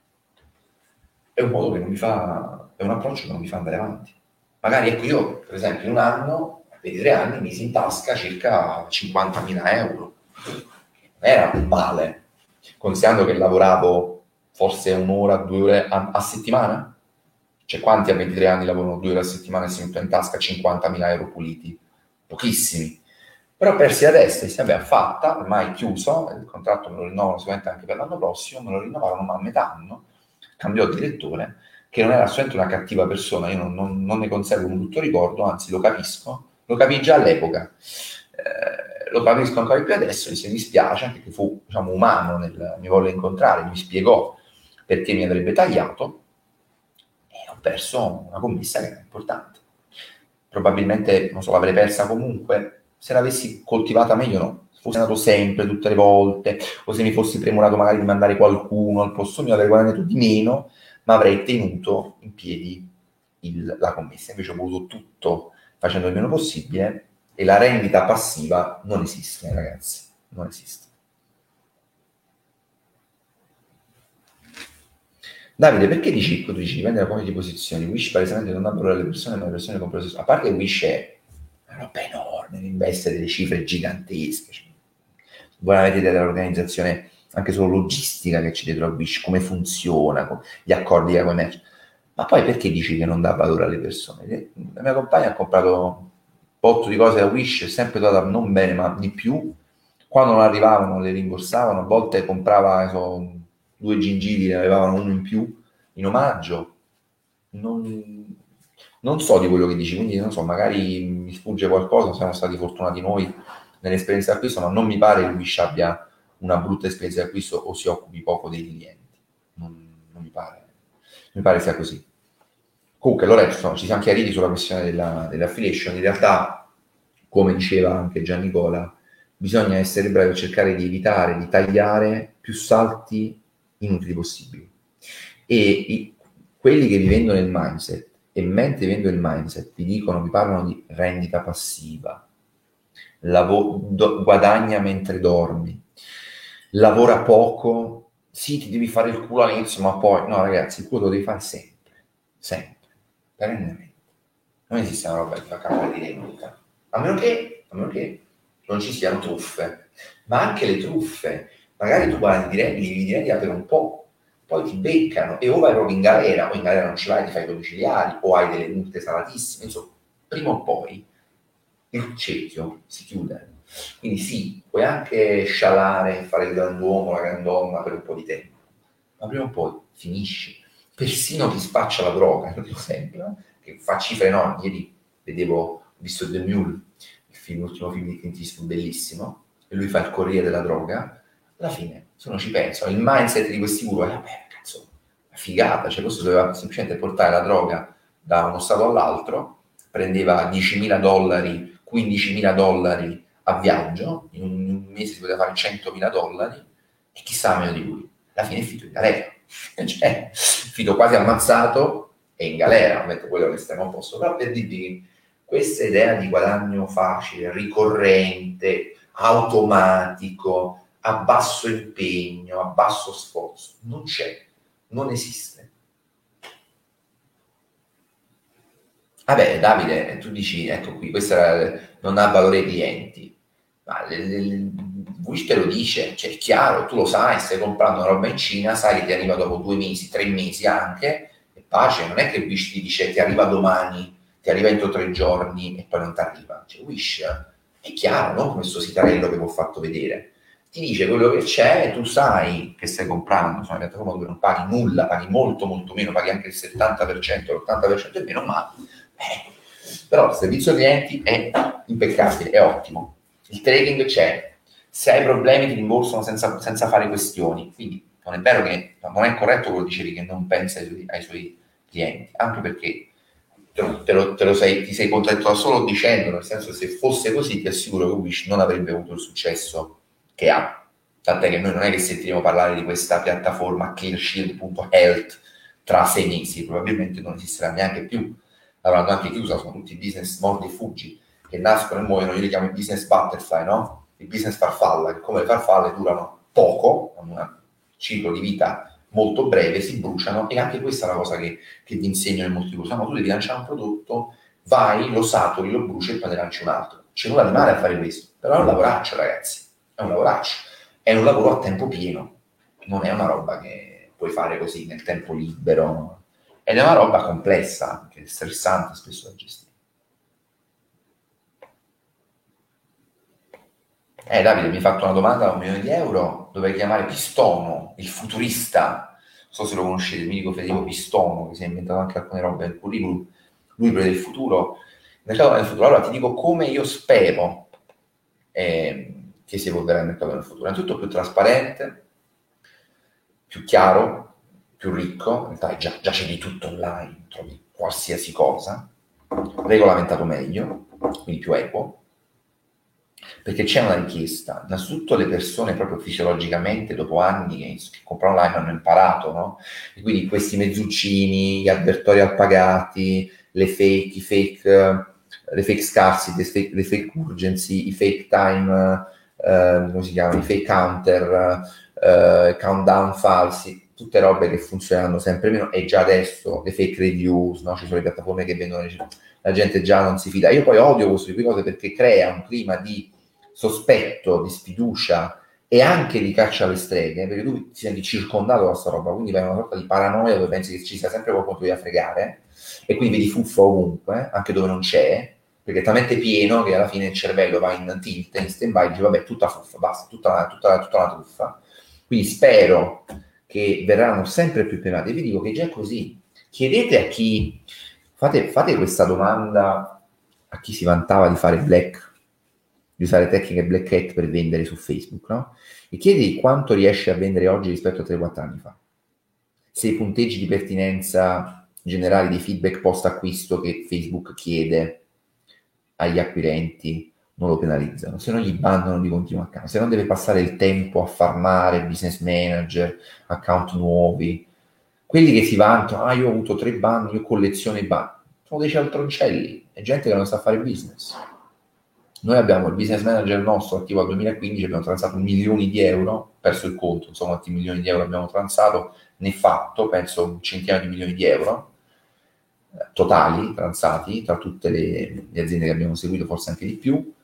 è un modo che non mi fa, è un approccio che non mi fa andare avanti. Magari, ecco, io per esempio in un anno, per i 3 anni, misi in tasca circa 50.000 euro. Non era male, considerando che lavoravo forse 1 ora, 2 ore a settimana. Cioè, quanti a 23 anni lavorano 2 ore a settimana e si mettono in tasca 50.000 euro puliti? Pochissimi. Però persi la testa, si abbiamo fatta, ormai chiuso, il contratto me lo rinnovano sicuramente anche per l'anno prossimo, me lo rinnovarono ma a metà anno, cambiò direttore, che non era assolutamente una cattiva persona, io non ne conservo un brutto ricordo, anzi lo capisco, lo capii già all'epoca, lo capisco ancora di più adesso, e se mi dispiace, anche che fu, diciamo, umano, mi volle incontrare, mi spiegò perché mi avrebbe tagliato, e ho perso una commessa che era importante. Probabilmente, non so, l'avrei persa comunque, se l'avessi coltivata meglio no, se fossi andato sempre, tutte le volte, o se mi fossi premurato magari di mandare qualcuno al posto mio, avrei guadagnato di meno, ma avrei tenuto in piedi la commessa. Invece ho voluto tutto facendo il meno possibile, e la rendita passiva non esiste, ragazzi, non esiste. Davide, perché dici, tu dici, dipende da quante di posizioni, Wish palesemente non dà valore alle persone, ma le persone comprano lo stesso. A parte Wish è una roba enorme, investe delle cifre gigantesche. Cioè, voi avete dell'organizzazione anche solo logistica che ci dietro a Wish, come funziona, gli accordi con i commercio. Ma poi perché dici che non dà valore alle persone? La mia compagna ha comprato un botto di cose da Wish, è sempre data non bene, ma di più. Quando non arrivavano le rimborsavano, a volte comprava so, 2 gingilli, ne avevano uno in più in omaggio. Non so di quello che dici, quindi non so, magari mi sfugge qualcosa, siamo stati fortunati noi nell'esperienza d'acquisto, ma non mi pare che Wish abbia una brutta esperienza di acquisto o si occupi poco dei clienti. Non mi pare. Mi pare sia così. Comunque, Lorenzo, ci siamo chiariti sulla questione dell'affiliation. In realtà, come diceva anche Gian Nicola, bisogna essere bravi a cercare di evitare, di tagliare più salti inutili possibili. E quelli che vi vendono il mindset, e mentre vendono il mindset, vi parlano di rendita passiva, guadagna mentre dormi, lavora poco, sì, ti devi fare il culo all'inizio, ma poi, no ragazzi, il culo lo devi fare sempre, perennemente. Non esiste una roba che fa cambiare di rendita, a meno che non ci siano truffe, ma anche le truffe, magari tu guardi di rendita per un po', poi ti beccano e o vai proprio in galera, o in galera non ci vai, ti fai i domiciliari, o hai delle multe salatissime, insomma, prima o poi il cerchio si chiude. Quindi sì, puoi anche scialare, fare il grand'uomo, la grandonna per un po' di tempo, ma prima o poi finisci. Persino chi spaccia la droga, lo dico sempre, che fa cifre enormi. Ieri ho visto The Mule, l'ultimo film di Clint Eastwood, bellissimo, e lui fa il corriere della droga. Alla fine, se uno ci pensa, il mindset di questi guru è, vabbè, cazzo, una figata, cioè questo doveva semplicemente portare la droga da uno stato all'altro, prendeva $10.000, $15.000 a viaggio, in un mese si poteva fare $100.000, e chissà meno di lui. Alla fine è finito in galera, cioè, finito quasi ammazzato e in galera, ovviamente quello è l'estremo opposto, però per dirvi che questa idea di guadagno facile, ricorrente, automatico, a basso impegno, a basso sforzo, non c'è, non esiste. Vabbè, Davide, tu dici, ecco qui, questa non ha valore ai clienti, ma Wish te lo dice, cioè è chiaro, tu lo sai, stai comprando una roba in Cina, sai che ti arriva dopo 2 mesi, 3 mesi anche, e pace, non è che Wish ti dice ti arriva domani, ti arriva entro 3 giorni e poi non ti arriva. Cioè Wish è chiaro, non come questo sitarello che vi ho fatto vedere. Ti dice quello che c'è, tu sai che stai comprando, sono una piattaforma dove non paghi nulla, paghi molto molto meno, paghi anche il 70%, l'80% e meno, ma però il servizio clienti è impeccabile, è ottimo. Il tracking c'è, se hai problemi ti rimborsano senza fare questioni, quindi non è vero che non è corretto quello che dicevi che non pensa ai suoi clienti, anche perché ti sei contratto da solo dicendo, nel senso che se fosse così ti assicuro che Wish non avrebbe avuto il successo che ha, tant'è che noi non è che sentiremo parlare di questa piattaforma clearshield.health tra 6 mesi, probabilmente non esisterà neanche più, l'avranno anche chiusa, sono tutti business mordi e fuggi che nascono e muoiono, io li chiamo i business butterfly, no? Il business farfalla, che come le farfalle durano poco, hanno un ciclo di vita molto breve, si bruciano, e anche questa è una cosa che vi insegno in molti corsi. No, tu devi lanciare un prodotto, vai, lo saturi, lo bruci e poi ne lanci un altro. C'è nulla di male a fare questo, però è un lavoraccio, ragazzi, è un lavoraccio, è un lavoro a tempo pieno, non è una roba che puoi fare così nel tempo libero, ed è una roba complessa, anche stressante spesso da gestire. Davide, mi hai fatto una domanda da €1.000.000, dovrei chiamare Pistono, il futurista, non so se lo conoscete, il mitico Federico Pistono, che si è inventato anche alcune robe nel curriculum, lui prevede il futuro, il mercato del futuro. Allora ti dico come io spero che si evolverà il mercato del futuro. Innanzitutto più trasparente, più chiaro, più ricco, in realtà già c'è di tutto online, trovi qualsiasi cosa, regolamentato meglio, quindi più equo, perché c'è una richiesta. Innanzitutto le persone proprio fisiologicamente, dopo anni che comprano online, hanno imparato, no? E quindi questi mezzuccini, gli advertorial pagati, le fake scarcity, le fake urgency, i fake time, come si chiamano, i fake counter, countdown falsi, tutte robe che funzionano sempre meno, e già adesso le fake reviews, no? Ci sono le piattaforme che vendono, la gente già non si fida. Io poi odio questo tipo di cose perché crea un clima di sospetto, di sfiducia e anche di caccia alle streghe, perché tu ti senti circondato da questa roba, quindi vai in una sorta di paranoia dove pensi che ci sia sempre qualcuno che ti voglia fregare, e quindi vedi fuffa ovunque, anche dove non c'è, perché è talmente pieno che alla fine il cervello va in tilt, in stand-by, e dice vabbè, tutta fuffa, basta, tutta una truffa. Quindi spero che verranno sempre più premiati. E vi dico che già è così. Chiedete a chi, fate questa domanda a chi si vantava di fare di usare tecniche black hat per vendere su Facebook, no? E chiedi quanto riesce a vendere oggi rispetto a 3-4 anni fa. Se i punteggi di pertinenza generali dei feedback post acquisto che Facebook chiede agli acquirenti non lo penalizzano, se no gli bandano di continuo account, se no deve passare il tempo a farmare business manager, account nuovi, quelli che si vantano, io ho avuto 3 ban, io colleziono i ban, sono dei cialtroncelli, è gente che non sa fare business. Noi abbiamo il business manager nostro attivo al 2015, abbiamo transato milioni di euro, perso il conto, insomma quanti milioni di euro abbiamo transato, ne fatto, penso un centinaio di milioni di euro, totali, transati, tra tutte le aziende che abbiamo seguito, forse anche di più,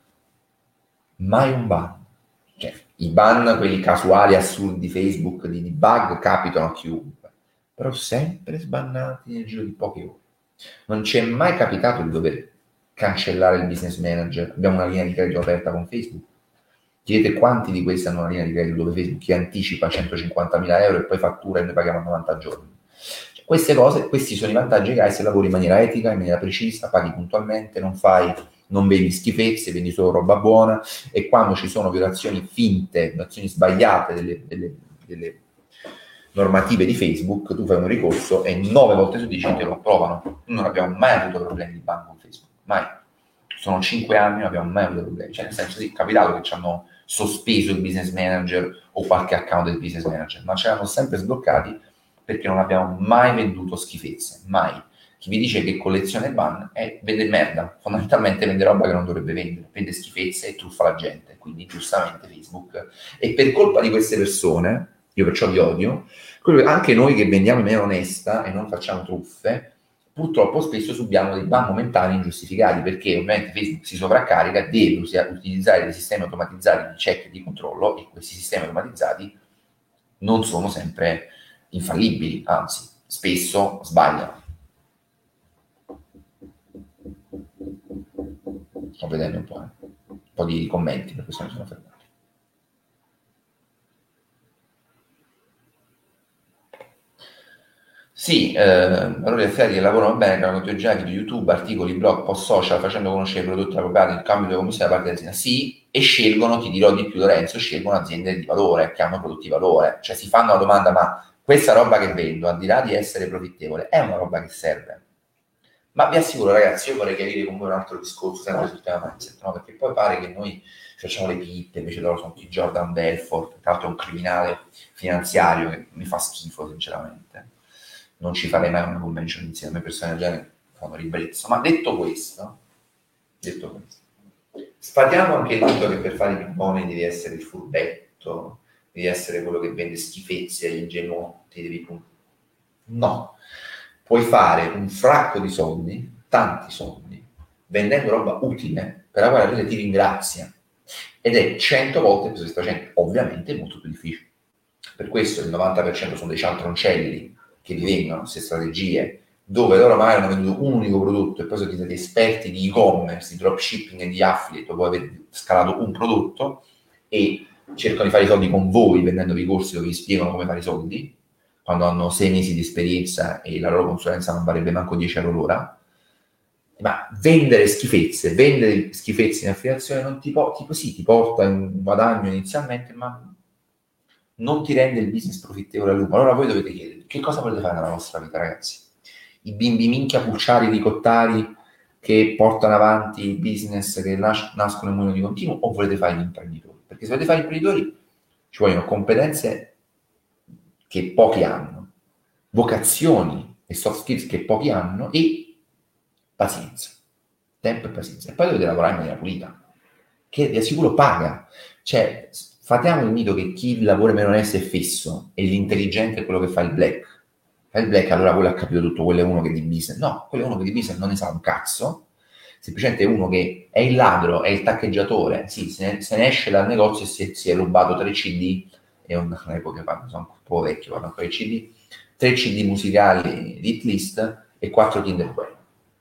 mai un ban. Cioè, i ban, quelli casuali, assurdi di Facebook, di bug, capitano a chiunque, però sempre sbannati nel giro di poche ore. Non ci è mai capitato di dover cancellare il business manager. Abbiamo una linea di credito aperta con Facebook. Chiedete quanti di questi hanno una linea di credito dove Facebook chi anticipa 150.000 euro e poi fattura e noi paghiamo a 90 giorni. Cioè, queste cose, questi sono i vantaggi che hai se lavori in maniera etica, in maniera precisa, paghi puntualmente, non vendi schifezze, vendi solo roba buona, e quando ci sono violazioni finte, violazioni sbagliate delle normative di Facebook, tu fai un ricorso e 9 volte su 10 te lo approvano. Non abbiamo mai avuto problemi di ban con Facebook, mai. Sono 5 anni, non abbiamo mai avuto problemi. Cioè, nel senso, sì, è capitato che ci hanno sospeso il business manager o qualche account del business manager, ma ce l'hanno sempre sbloccati perché non abbiamo mai venduto schifezze, mai. Chi vi dice che collezione ban vende merda, fondamentalmente vende roba che non dovrebbe vendere, vende schifezze e truffa la gente, quindi giustamente Facebook. E per colpa di queste persone, io perciò vi odio, anche noi che vendiamo in maniera onesta e non facciamo truffe, purtroppo spesso subiamo dei ban momentanei ingiustificati, perché ovviamente Facebook si sovraccarica, deve utilizzare dei sistemi automatizzati di check e di controllo, e questi sistemi automatizzati non sono sempre infallibili, anzi, spesso sbagliano. Sto vedendo un po' di commenti, per questo mi sono fermato. Sì, allora gli affiliati che lavorano bene, creano contenuti di YouTube, articoli, blog, post social, facendo conoscere i prodotti appropriati, il cambio di commissione da parte dell'azienda. Sì, e scelgono, ti dirò di più Lorenzo, scelgono aziende di valore, che hanno prodotti di valore. Cioè si fanno la domanda, ma questa roba che vendo, al di là di essere profittevole, è una roba che serve? Ma vi assicuro ragazzi, io vorrei chiarire con voi un altro discorso sempre sul tema mindset, no? Perché poi pare che noi facciamo le pippe, invece loro sono tutti Jordan Belfort, tra l'altro è un criminale finanziario che mi fa schifo sinceramente. Non ci farei mai una convention insieme, a persone del genere fanno ribrezzo. Ma detto questo, sfatiamo anche il mito che per fare i più buoni devi essere il furbetto, devi essere quello che vende schifezze agli ingenuotti, No, puoi fare un fracco di soldi, tanti soldi, vendendo roba utile per la quale la gente ti ringrazia, ed è 100 volte più soddisfacente. Ovviamente è molto più difficile. Per questo il 90% sono dei cialtroncelli che vi vengono queste strategie dove loro magari hanno venduto un unico prodotto e poi sono diventati esperti di e-commerce, di dropshipping e di affiliate dopo aver scalato un prodotto, e cercano di fare i soldi con voi vendendovi i corsi dove vi spiegano come fare i soldi, quando hanno 6 mesi di esperienza e la loro consulenza non varrebbe manco 10 euro l'ora. Ma vendere schifezze in affiliazione non ti porta in un guadagno inizialmente, ma non ti rende il business profittevole a lungo. Allora voi dovete chiedere, che cosa volete fare nella vostra vita, ragazzi? I bimbi minchia pulciari ricottari che portano avanti i business che nascono e muoiono di continuo, o volete fare gli imprenditori? Perché se volete fare gli imprenditori ci vogliono competenze che pochi hanno, vocazioni e soft skills che pochi hanno, e pazienza, tempo e pazienza. E poi dovete lavorare in maniera pulita, che vi assicuro paga. Cioè, Fatiamo il mito che chi lavora meno onesto è fesso e l'intelligente è quello che fa il black. Fa il black, allora quello ha capito tutto, quello è uno che di business. No, quello è uno che di business non ne sa un cazzo, semplicemente è uno che è il ladro, è il taccheggiatore, sì, se ne esce dal negozio e si è rubato 3 CD, e un'epoca fa, sono un po' vecchio, vanno ancora i CD, 3 CD musicali di hit list e 4 Kinder Bueno.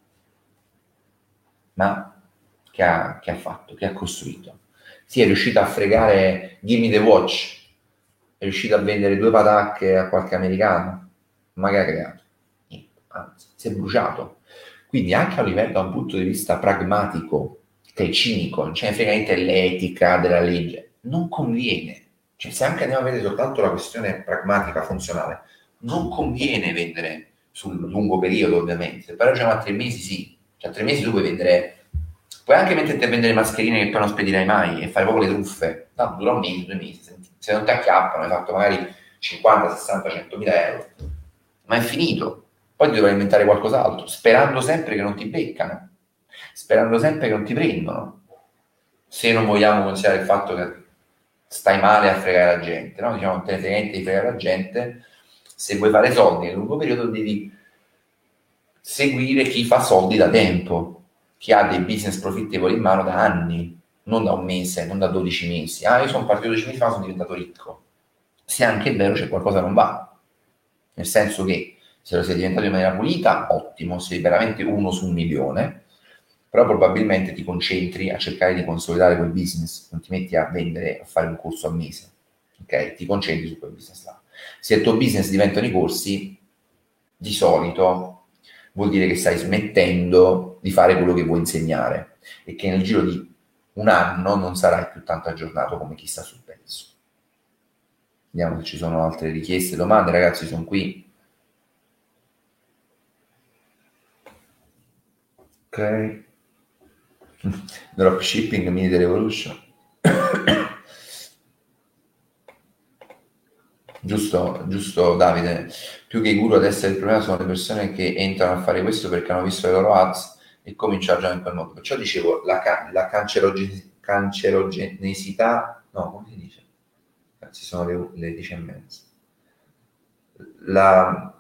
Ma che ha fatto? Che ha costruito? Sì, è riuscito a fregare Gimme the Watch, è riuscito a vendere 2 patacche a qualche americano, ma che ha creato? Niente, anzi, si è bruciato. Quindi anche a livello, da un punto di vista pragmatico, che è cinico, non ce ne frega niente dell'etica, della legge, non conviene. Cioè, se anche andiamo a vedere soltanto la questione pragmatica, funzionale, non conviene vendere sul lungo periodo, ovviamente. Però già a 3 mesi sì, cioè a 3 mesi tu puoi vendere, puoi anche metterti a vendere mascherine che poi non spedirai mai e fare proprio le truffe. Tanto dura un mese, 2 mesi, se non ti acchiappano, hai fatto magari 50, 60, 100 mila euro, ma è finito. Poi ti dovrai inventare qualcos'altro, sperando sempre che non ti beccano, sperando sempre che non ti prendono, se non vogliamo considerare il fatto che stai male a fregare la gente, no? Diciamo, non te ne frega niente di fregare la gente, se vuoi fare soldi nel lungo periodo devi seguire chi fa soldi da tempo, chi ha dei business profittevoli in mano da anni, non da un mese, non da 12 mesi. Ah, io sono partito 12 mesi fa, sono diventato ricco. Se anche è vero, c'è qualcosa che non va. Nel senso che se lo sei diventato in maniera pulita, ottimo, sei veramente uno su 1 milione, però probabilmente ti concentri a cercare di consolidare quel business, non ti metti a vendere, a fare un corso al mese, ok? Ti concentri su quel business là. Se il tuo business diventano i corsi, di solito vuol dire che stai smettendo di fare quello che vuoi insegnare e che nel giro di un anno non sarai più tanto aggiornato come chi sta sul pezzo. Vediamo se ci sono altre richieste, domande, ragazzi, sono qui. Ok. Dropshipping, mini revolution. Giusto Davide, più che i guru adesso il problema sono le persone che entrano a fare questo perché hanno visto le loro ads e cominciano già in quel modo. Perciò dicevo, la cancerogenesità, no, come si dice? Ci sono le 10:30. La...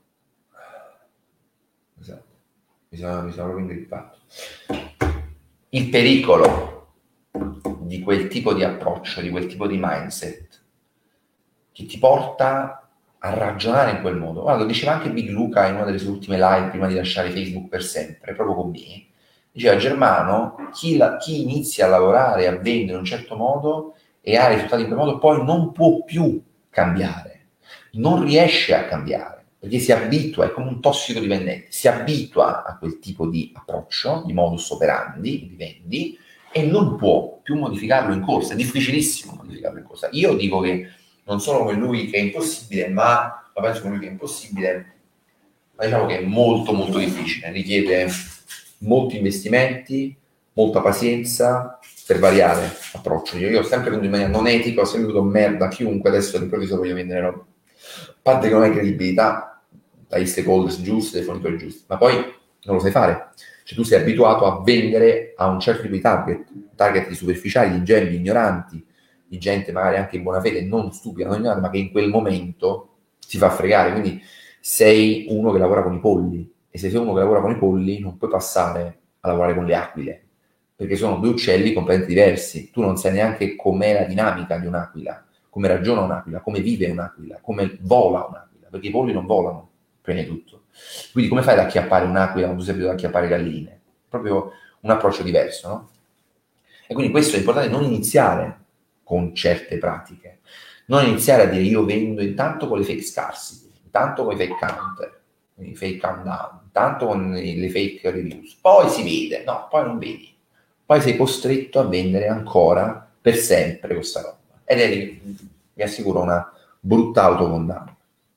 Esatto, mi sono proprio ingrippato. Il pericolo di quel tipo di approccio, di quel tipo di mindset, che ti porta a ragionare in quel modo. Guarda, lo diceva anche Big Luca in una delle sue ultime live prima di lasciare Facebook per sempre, proprio con me. Diceva Germano, chi inizia a lavorare, a vendere in un certo modo e ha risultati in quel modo, poi non può più cambiare, non riesce a cambiare, perché si abitua, è come un tossicodipendente, si abitua a quel tipo di approccio, di modus operandi, di vendi, e non può più modificarlo in corsa, è difficilissimo modificarlo in corsa. Io dico che non solo come lui che è impossibile, ma penso come lui che è impossibile, ma diciamo che è molto molto difficile, richiede molti investimenti, molta pazienza per variare approccio. Io ho sempre venduto in maniera non etica, ho sempre avuto merda a chiunque, adesso all'improvviso voglio vendere roba. A parte che non hai credibilità dai stakeholders giusti, dai fornitori giusti, ma poi non lo sai fare. Cioè tu sei abituato a vendere a un certo tipo di target di superficiali, di ingenui, ignoranti, di gente magari anche in buona fede, non stupida, non ignorante, ma che in quel momento si fa fregare. Quindi sei uno che lavora con i polli, e se sei uno che lavora con i polli non puoi passare a lavorare con le aquile, perché sono 2 uccelli completamente diversi. Tu non sai neanche com'è la dinamica di un'aquila, come ragiona un'aquila, come vive un'aquila, come vola un'aquila, perché i polli non volano, prima di tutto. Quindi come fai ad acchiappare un'aquila quando tu sei abituato ad acchiappare galline? Proprio un approccio diverso, no? E quindi questo è importante, non iniziare con certe pratiche, non iniziare a dire io vendo intanto con le fake scarcity, intanto con i fake counter, i fake countdown, intanto con le fake reviews, poi si vede, no, poi non vedi, poi sei costretto a vendere ancora per sempre questa roba ed è, vi assicuro, una brutta autocondanna.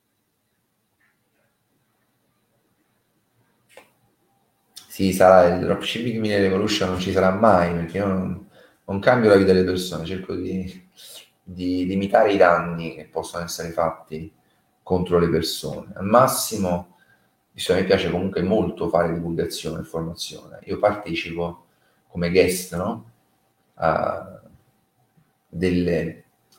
Sì, sarà il dropshipping mini revolution, non ci sarà mai perché io non cambio la vita delle persone, cerco di limitare i danni che possono essere fatti contro le persone. Al massimo, visto che a me piace comunque molto fare divulgazione e formazione, io partecipo come guest, no? A delle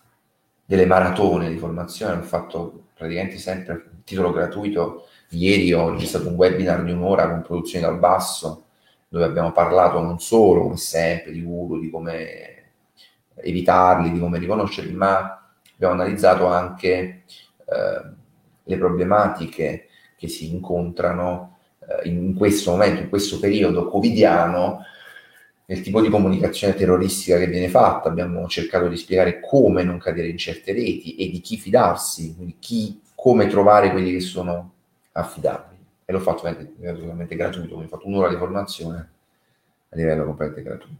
delle maratone di formazione, ho fatto praticamente sempre a titolo gratuito. Ieri ho registrato un webinar di un'ora con produzioni dal basso, dove abbiamo parlato non solo, come sempre, di guru, di come evitarli, di come riconoscerli, ma abbiamo analizzato anche le problematiche che si incontrano in questo momento, in questo periodo covidiano, nel tipo di comunicazione terroristica che viene fatta. Abbiamo cercato di spiegare come non cadere in certe reti e di chi fidarsi, quindi come trovare quelli che sono affidabili. E l'ho fatto totalmente gratuito, quindi ho fatto un'ora di formazione a livello completamente gratuito.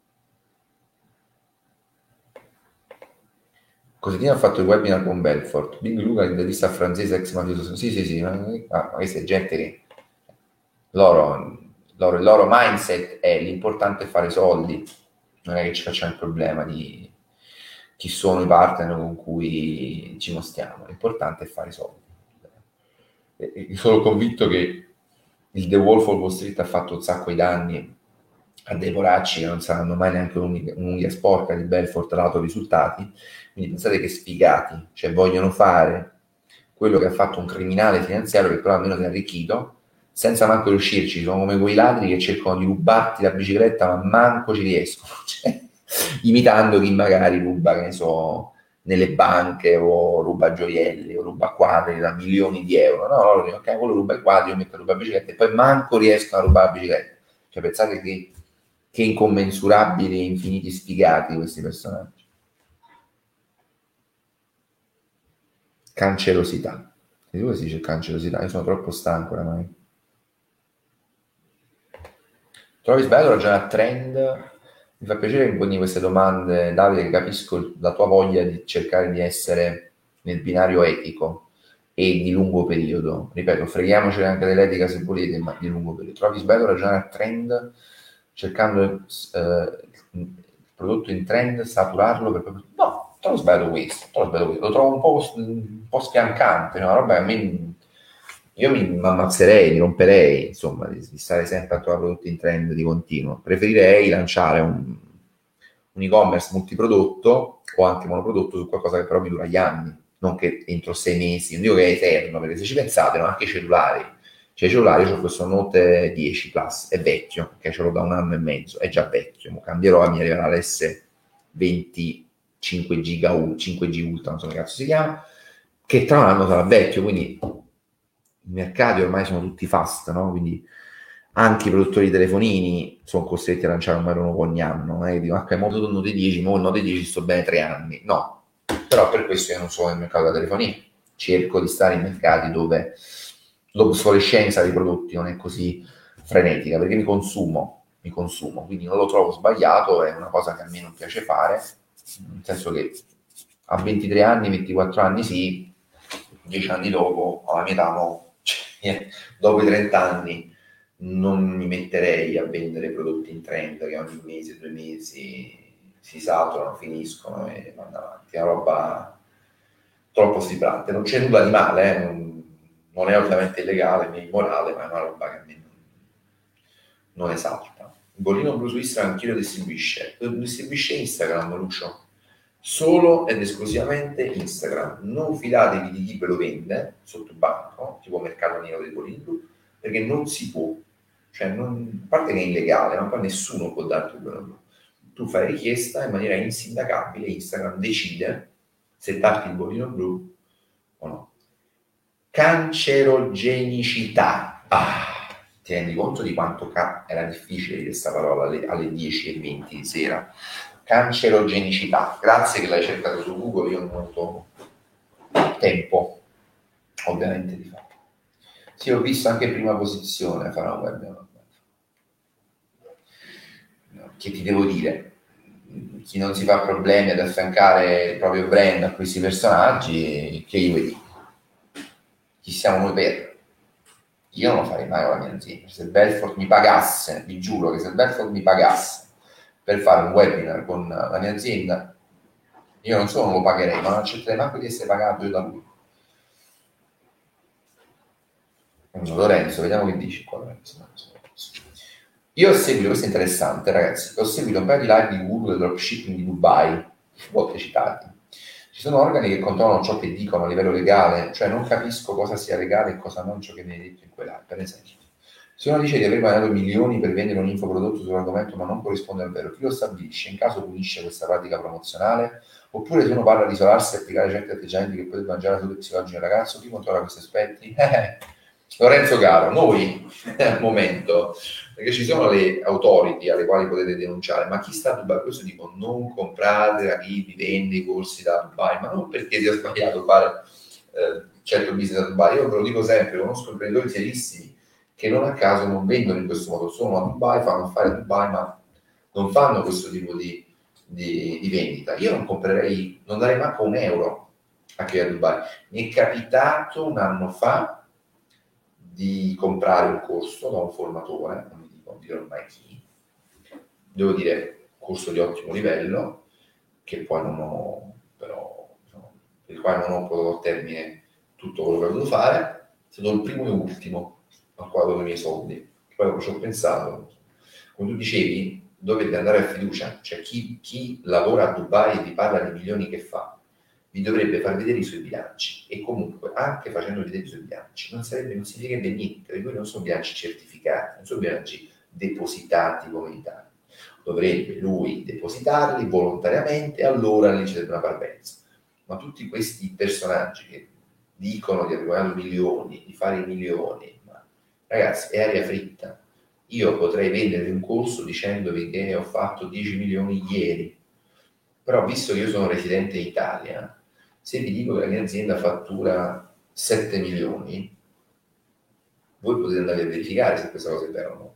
Cosentino ha fatto il webinar con Belfort, Big Luca, l'intervista francese ex mafioso. Sì, sì, sì, ma questa è gente che il loro mindset è l'importante è fare soldi, non è che ci facciamo il problema di chi sono i partner con cui ci mostriamo, l'importante è fare soldi. E sono convinto che il The Wolf of Wall Street ha fatto un sacco di danni a dei poracci che non saranno mai neanche un'unghia sporca di Belfort dato risultati. Quindi pensate che sfigati, cioè vogliono fare quello che ha fatto un criminale finanziario che però almeno si è arricchito senza manco riuscirci. Sono come quei ladri che cercano di rubarti la bicicletta ma manco ci riescono, cioè, imitando chi magari ruba, che ne so, nelle banche o ruba gioielli o ruba quadri da milioni di euro. No, loro dicono, ok, quello ruba i quadri, io metto a rubare la bicicletta e poi manco riescono a rubare la bicicletta. Cioè pensate che incommensurabili e infiniti sfigati questi personaggi. Cancerosità. E dove si dice cancerosità? Io sono troppo stanco oramai. Trovi sbagliato ragionare a trend? Mi fa piacere che mi poni queste domande, Davide, che capisco la tua voglia di cercare di essere nel binario etico e di lungo periodo. Ripeto, freghiamocene anche dell'etica se volete, ma di lungo periodo. Trovi sbagliato ragionare a trend cercando il prodotto in trend, saturarlo per poi... No, trovo sbagliato questo, lo trovo un po' sfiancante, no? Roba che a me io mi ammazzerei, mi romperei, insomma, di stare sempre a trovare prodotti in trend di continuo. Preferirei lanciare un e-commerce multiprodotto o anche monoprodotto su qualcosa che però mi dura gli anni, non che entro 6 mesi, non dico che è eterno, perché se ci pensate, no, anche i cellulari. Cioè i cellulari, io ho questo Note 10 Plus, è vecchio, che ce l'ho da 1 anno e mezzo, è già vecchio, mo cambierò, mi arriverà l'S25 giga 5G Ultra, non so che cazzo si chiama, che tra un anno sarà vecchio, quindi i mercati ormai sono tutti fast, no? Quindi anche i produttori di telefonini sono costretti a lanciare un modello nuovo ogni anno. Dico, ok, mo il Note 10, mo il Note 10 sto bene 3 anni. No, però per questo io non sono nel mercato della telefonia. Cerco di stare in mercati dove l'obsolescenza dei prodotti non è così frenetica, perché mi consumo, quindi non lo trovo sbagliato, è una cosa che a me non piace fare, nel senso che a 23 anni, 24 anni sì, 10 anni dopo, alla mia età no, cioè, dopo i 30 anni non mi metterei a vendere prodotti in trend che ogni mese, 2 mesi si saturano, finiscono e vanno avanti. È una roba troppo stipante. Non c'è nulla di male, non è ovviamente illegale né immorale, ma è una roba che a me non esalta. Il bollino blu su Instagram chi lo distribuisce? Lo distribuisce Instagram, Lucio. Solo ed esclusivamente Instagram. Non fidatevi di chi ve lo vende sotto banco, tipo mercato nero dei bollini blu, perché non si può. Cioè, a parte che è illegale, ma poi nessuno può darti il bollino blu. Tu fai richiesta in maniera insindacabile, Instagram decide se darti il bollino blu o no. Cancerogenicità. Ti rendi conto di quanto era difficile dire questa parola alle 10:20 di sera? Cancerogenicità. Grazie che l'hai cercato su Google, io non ho avuto tempo, ovviamente, di farlo. Sì, ho visto anche in prima posizione farà un webinar. Che ti devo dire? Chi non si fa problemi ad affiancare il proprio brand a questi personaggi, che gli vuoi dire? Chi siamo noi per? Io non lo farei mai con la mia azienda. Se Belfort mi pagasse, vi giuro che se Belfort mi pagasse per fare un webinar con la mia azienda, io non solo non lo pagherei, ma non accetterei manco di essere pagato io da lui. Lorenzo, vediamo che dici qua, Lorenzo. Io ho seguito, questo è interessante ragazzi, ho seguito un paio di live di guru del dropshipping di Dubai, volte citati. Ci sono organi che controllano ciò che dicono a livello legale, cioè non capisco cosa sia legale e cosa non ciò che viene detto in quella. Per esempio, se uno dice di aver guadagnato milioni per vendere un infoprodotto sull'argomento ma non corrisponde al vero, chi lo stabilisce? In caso punisce questa pratica promozionale? Oppure se uno parla di isolarsi e applicare certi atteggiamenti che potrebbero mangiare la salute psicologica del ragazzo, chi controlla questi aspetti? Lorenzo Caro, noi al momento, perché ci sono le authority alle quali potete denunciare, ma chi sta a Dubai? Questo dico, non comprate da chi vi vende i corsi da Dubai, ma non perché sia sbagliato fare certo business a Dubai. Io ve lo dico sempre, conosco imprenditori serissimi che non a caso non vendono in questo modo, sono a Dubai, fanno affari a Dubai, ma non fanno questo tipo di vendita. Io non comprerei, non darei manco un euro a chi è a Dubai. Mi è capitato un anno fa di comprare un corso da un formatore, non dirò mai chi, devo dire corso di ottimo livello, che poi non ho, però, no, per il quale non ho portato a termine tutto quello che ho dovuto fare, è stato il primo e ultimo al quale ho dato i miei soldi. Poi ci ho pensato, come tu dicevi, dovete andare a fiducia, cioè chi lavora a Dubai e vi parla di milioni che fa, vi dovrebbe far vedere i suoi bilanci e comunque anche facendo vedere i suoi bilanci non significherebbe niente, perché non sono bilanci certificati, non sono bilanci depositati come in Italia. Dovrebbe lui depositarli volontariamente e allora lì c'è una parvenza. Ma tutti questi personaggi che dicono di aver guadagnato milioni, di fare i milioni, ma ragazzi è aria fritta. Io potrei vendere un corso dicendovi che ho fatto 10 milioni ieri, però visto che io sono residente in Italia, se vi dico che la mia azienda fattura 7 milioni, voi potete andare a verificare se questa cosa è vera o no.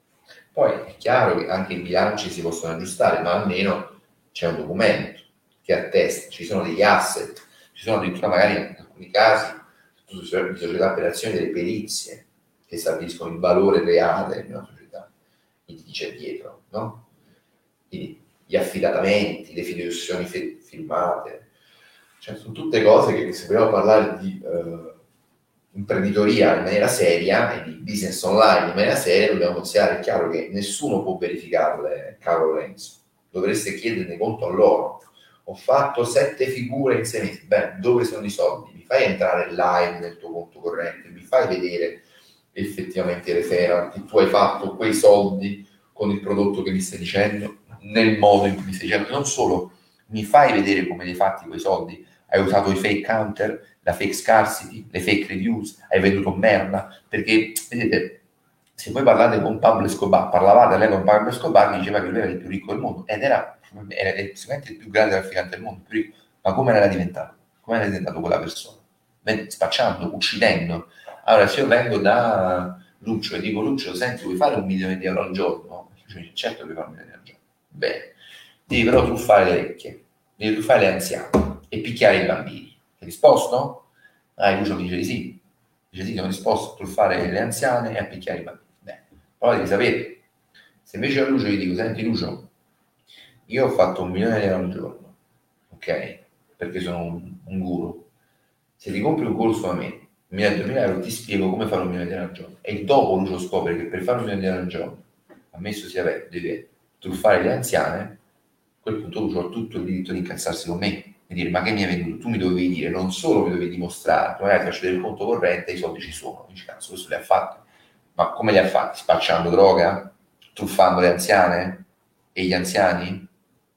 Poi è chiaro che anche i bilanci si possono aggiustare, ma almeno c'è un documento che attesta, ci sono degli asset, ci sono addirittura magari in alcuni casi di società per azioni delle perizie che stabiliscono il valore reale di una società, chi ti dice dietro, no? Quindi gli affidatamenti, le fideiussioni firmate, cioè sono tutte cose che se vogliamo parlare di imprenditoria in maniera seria e di business online in maniera seria dobbiamo considerare, è chiaro che nessuno può verificarle, caro Lorenzo, dovreste chiederne conto a loro. Ho fatto 7 figure in 6 mesi, beh, dove sono i soldi? Mi fai entrare live nel tuo conto corrente, mi fai vedere effettivamente le referral che tu hai fatto quei soldi con il prodotto che mi stai dicendo, nel modo in cui mi stai dicendo, non solo mi fai vedere come li hai fatti quei soldi, hai usato i fake counter, la fake scarcity, le fake reviews, hai venduto merda, perché vedete, se voi parlate con Pablo Escobar, parlavate lei con Pablo Escobar, mi diceva che lui era il più ricco del mondo ed era sicuramente il più grande trafficante del mondo, più ricco. Ma come era diventato? Come era diventato quella persona? Spacciando, uccidendo. Allora, se io vengo da Lucio e dico Lucio, senti, vuoi fare 1 milione di euro al giorno? Lucio, certo che vuoi fare 1 milione di euro al giorno. Bene, devi però truffare le vecchie, devi truffare le anziane e picchiare i bambini. Hai risposto? Ah, Lucio mi dice di sì. Dice sì, sono disposto a truffare le anziane e a picchiare i bambini. Bene, però devi sapere, se invece a Lucio gli dico, senti Lucio, io ho fatto 1 milione di euro al giorno, ok? Perché sono un guru. Se ti compri un corso da me, 1.000-2.000 euro, ti spiego come fare 1 milione di euro al giorno. E dopo Lucio scopre che per fare 1 milione di euro al giorno, ammesso sia vero, deve truffare le anziane, a quel punto Lucio ha tutto il diritto di incazzarsi con me e dire ma che mi hai venduto? Tu mi dovevi dire, non solo mi dovevi dimostrare, magari ti faccio vedere il conto corrente e i soldi ci sono. Dici, cazzo, questo li ha fatti. Ma come li ha fatti? Spacciando droga? Truffando le anziane? E gli anziani?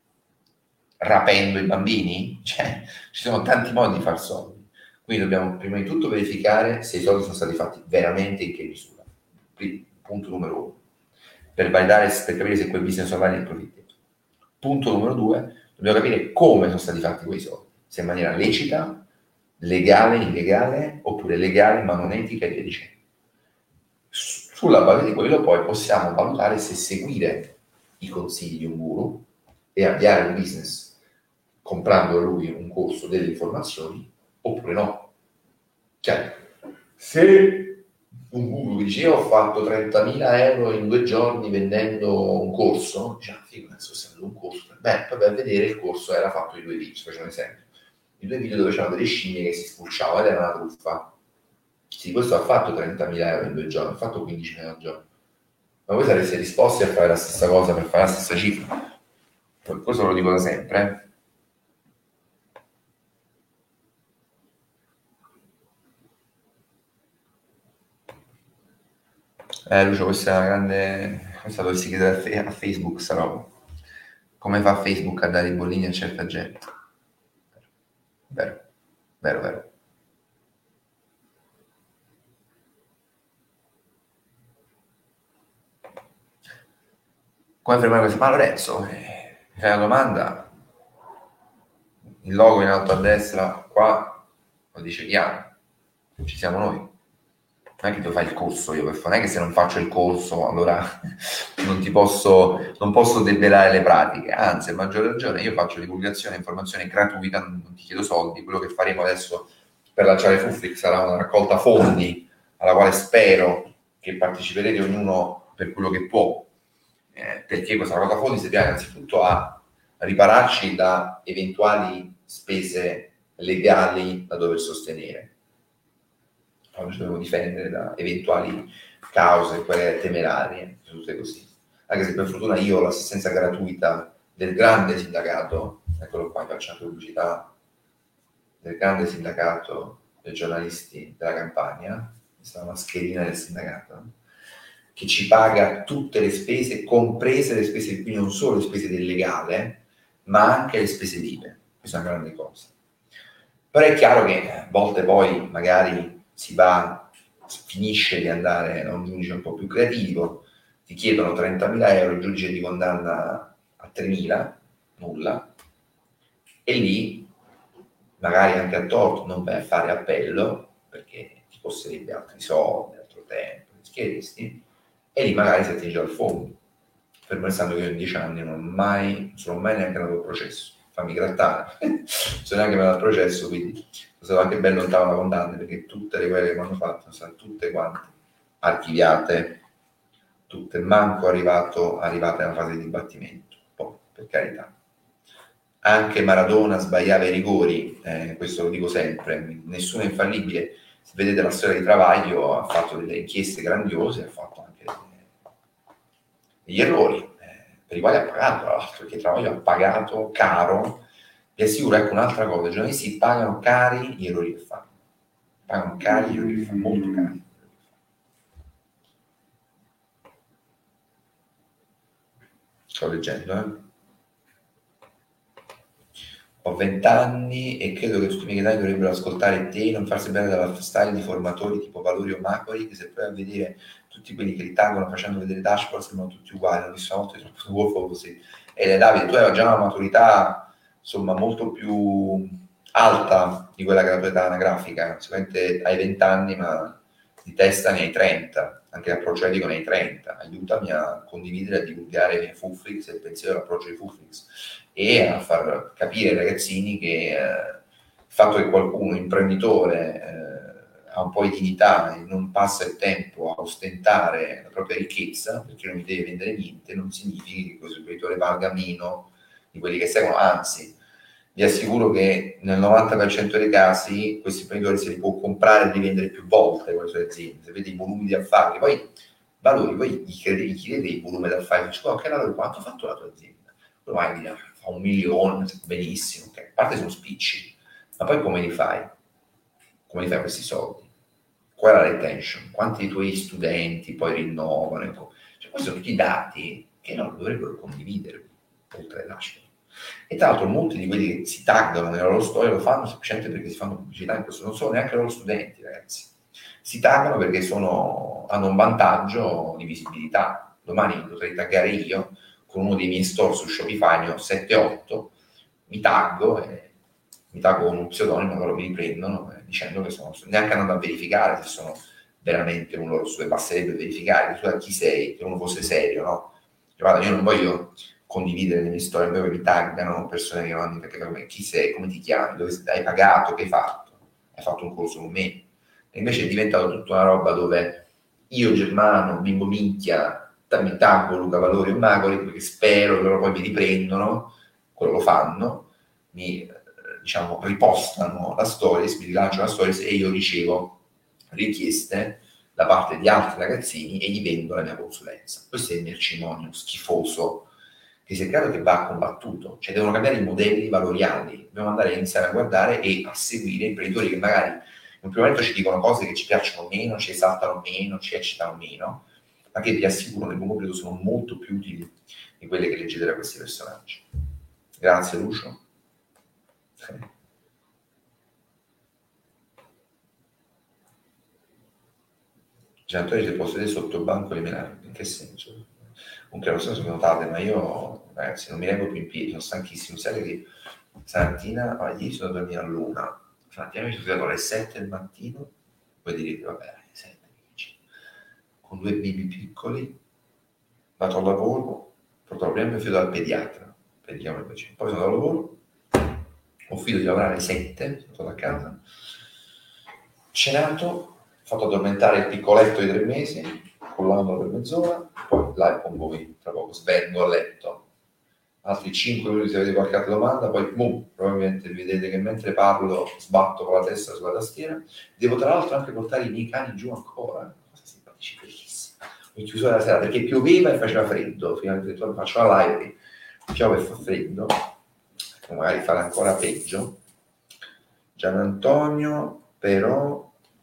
Rapendo i bambini? Cioè, ci sono tanti modi di far soldi. Quindi dobbiamo prima di tutto verificare se i soldi sono stati fatti veramente in che misura. Punto numero uno. Per validare, per capire se quel business online è profittevole. Punto numero due, dobbiamo capire come sono stati fatti quei soldi. Se in maniera lecita, legale, illegale, oppure legale ma non etica e via dicendo. Sulla base di quello poi possiamo valutare se seguire i consigli di un guru e avviare un business comprando a lui un corso delle informazioni oppure no. Cioè, se un guru vi dice io ho fatto 30.000 euro in 2 giorni vendendo un corso, diciamo, figo, adesso sto un corso, beh, poi per vedere il corso era fatto di 2 video, faccio un esempio, i 2 video dove c'erano delle scimmie che si spulciavano ed era una truffa. Sì, questo ha fatto 30.000 euro in 2 giorni, ha fatto 15.000 al giorno. Ma voi sareste disposti a fare la stessa cosa per fare la stessa cifra? Questo lo dico da sempre, Lucio, questa è una grande... Questa dovresti chiedere a Facebook, sta roba. Come fa Facebook a dare i bollini a certa gente? Vero, vero, vero. Come fermare questa? Ma Lorenzo, mi fai una domanda, il logo in alto a destra, qua, lo dice chiaro, ci siamo noi. Non è che devo fare il corso io per fare, non è che se non faccio il corso allora non posso debellare le pratiche, anzi a maggior ragione io faccio divulgazione e informazione gratuita, non ti chiedo soldi, quello che faremo adesso per lanciare Fuflix sarà una raccolta fondi alla quale spero che parteciperete ognuno per quello che può, perché questa raccolta fondi servirà innanzitutto a ripararci da eventuali spese legali da dover sostenere. Ci dobbiamo difendere da eventuali cause, quelle temerarie, tutte così. Anche se per fortuna io ho l'assistenza gratuita del grande sindacato, eccolo qua, faccio una pubblicità, del grande sindacato dei giornalisti della Campania, questa è una mascherina del sindacato, che ci paga tutte le spese, comprese le spese, quindi non solo le spese del legale, ma anche le spese vive. Questa è una grande cosa. Però è chiaro che a volte poi magari finisce di andare da un giudice un po' più creativo, ti chiedono 30.000 euro, il giudice ti condanna a 3.000, nulla, e lì magari anche a torto non vai a fare appello perché ti costerebbe altri soldi, altro tempo, rischieresti, e lì magari si attinge al fondo. Fermo restando che io in 10 anni non sono mai neanche andato al processo, fammi grattare, sono neanche andato al processo, quindi sono stato anche ben lontano da condanne perché tutte le guerre che mi hanno fatto sono state tutte quante archiviate, tutte manco arrivate alla fase di dibattimento, poi per carità. Anche Maradona sbagliava i rigori, questo lo dico sempre, nessuno è infallibile. Se vedete la storia di Travaglio, ha fatto delle inchieste grandiose, ha fatto anche degli errori, per i quali ha pagato, tra l'altro, perché Travaglio ha pagato caro. Vi assicuro, ecco un'altra cosa, i giornalisti pagano cari gli errori che fanno. Pagano cari gli errori che fanno, molto cari. Sto leggendo, Ho 20 anni e credo che tutti i miei coetanei dovrebbero ascoltare te e non farsi bene dalla style di formatori tipo Valori o Macori, che se poi a vedere tutti quelli che li taggano facendo vedere dashboard sembrano tutti uguali, ho visto una volta troppo Wolf così. E Davide, tu hai già una maturità insomma molto più alta di quella che è la tua età anagrafica, sicuramente hai 20 anni ma di testa ne hai 30, anche l'approccio etico ne hai 30, aiutami a condividere e a divulgare Fuflix e il pensiero dell'approccio di Fuflix e a far capire ai ragazzini che il fatto che qualcuno, imprenditore, ha un po' di dignità e non passa il tempo a ostentare la propria ricchezza, perché non mi deve vendere niente, non significa che questo imprenditore valga meno di quelli che seguono, anzi, vi assicuro che nel 90% dei casi questi imprenditori se li può comprare e rivendere più volte con le sue aziende, se vede i volumi di affari, poi valori, poi gli chiedete il volume d'affari, dice, oh, che valore, quanto ha fatto la tua azienda? Quello mai dirà, fa 1 milione, benissimo, okay. A parte sono spicci, ma poi come li fai? Come li fai questi soldi? Qual è la retention? Quanti dei tuoi studenti poi rinnovano? Cioè, questi sono tutti dati che non dovrebbero condividere oltre l'ascito. E tra l'altro molti di quelli che si taggano nella loro storia lo fanno semplicemente perché si fanno pubblicità in questo, non sono neanche loro studenti, ragazzi. Si taggano perché hanno un vantaggio di visibilità. Domani potrei taggare io con uno dei miei store su Shopify, ne ho 7-8, mi taggo con un pseudonimo, loro mi riprendono dicendo che sono, neanche andando a verificare se sono veramente un loro studio, basterebbe verificare tu chi sei, che uno fosse serio, no? Guarda, io non voglio condividere le mie storie dove mi taggano persone che non hanno perché per me chi sei, come ti chiami, dove hai pagato, che hai fatto? Hai fatto un corso con me? E invece è diventato tutta una roba dove io, Germano, bimbo minchia, mi taggo Luca Valori e Magori perché spero che loro poi mi riprendono, quello lo fanno, mi diciamo ripostano la stories, mi rilanciano la stories e io ricevo richieste da parte di altri ragazzini e gli vendo la mia consulenza. Questo è il mercimonio schifoso che si è creato, che va combattuto, cioè devono cambiare i modelli valoriali, dobbiamo andare a iniziare a guardare e a seguire imprenditori che magari in un primo momento ci dicono cose che ci piacciono meno, ci esaltano meno, ci eccitano meno, ma che vi assicuro nel lungo periodo sono molto più utili di quelle che leggete da questi personaggi. Grazie Lucio. Generatori se posso vedere sotto banco eliminare, in che senso? Comunque lo so sono notate, ma io ragazzi non mi reggo più in piedi, sono stanchissimo. Sai che stamattina, ieri sono andato a dormire all'una, stamattina mi sono svegliato alle 7 del mattino, poi direte vabbè, alle 7, con 2 bimbi piccoli, vado al lavoro, porto prima mio figlio dal pediatra, poi sono andato al lavoro, ho finito di lavorare alle 7, sono tornato a casa, cenato, fatto addormentare il piccoletto di 3 mesi, collandolo per mezz'ora, poi live con voi, tra poco svengo a letto, altri 5 minuti se avete qualche altra domanda, poi boom, probabilmente vedete che mentre parlo sbatto con la testa sulla tastiera. Devo tra l'altro anche portare i miei cani giù ancora, cosa simpatica, bellissima, in chiusura della sera, perché pioveva e faceva freddo, finalmente faccio la live, piove e fa freddo, magari farà ancora peggio. Gian Antonio, però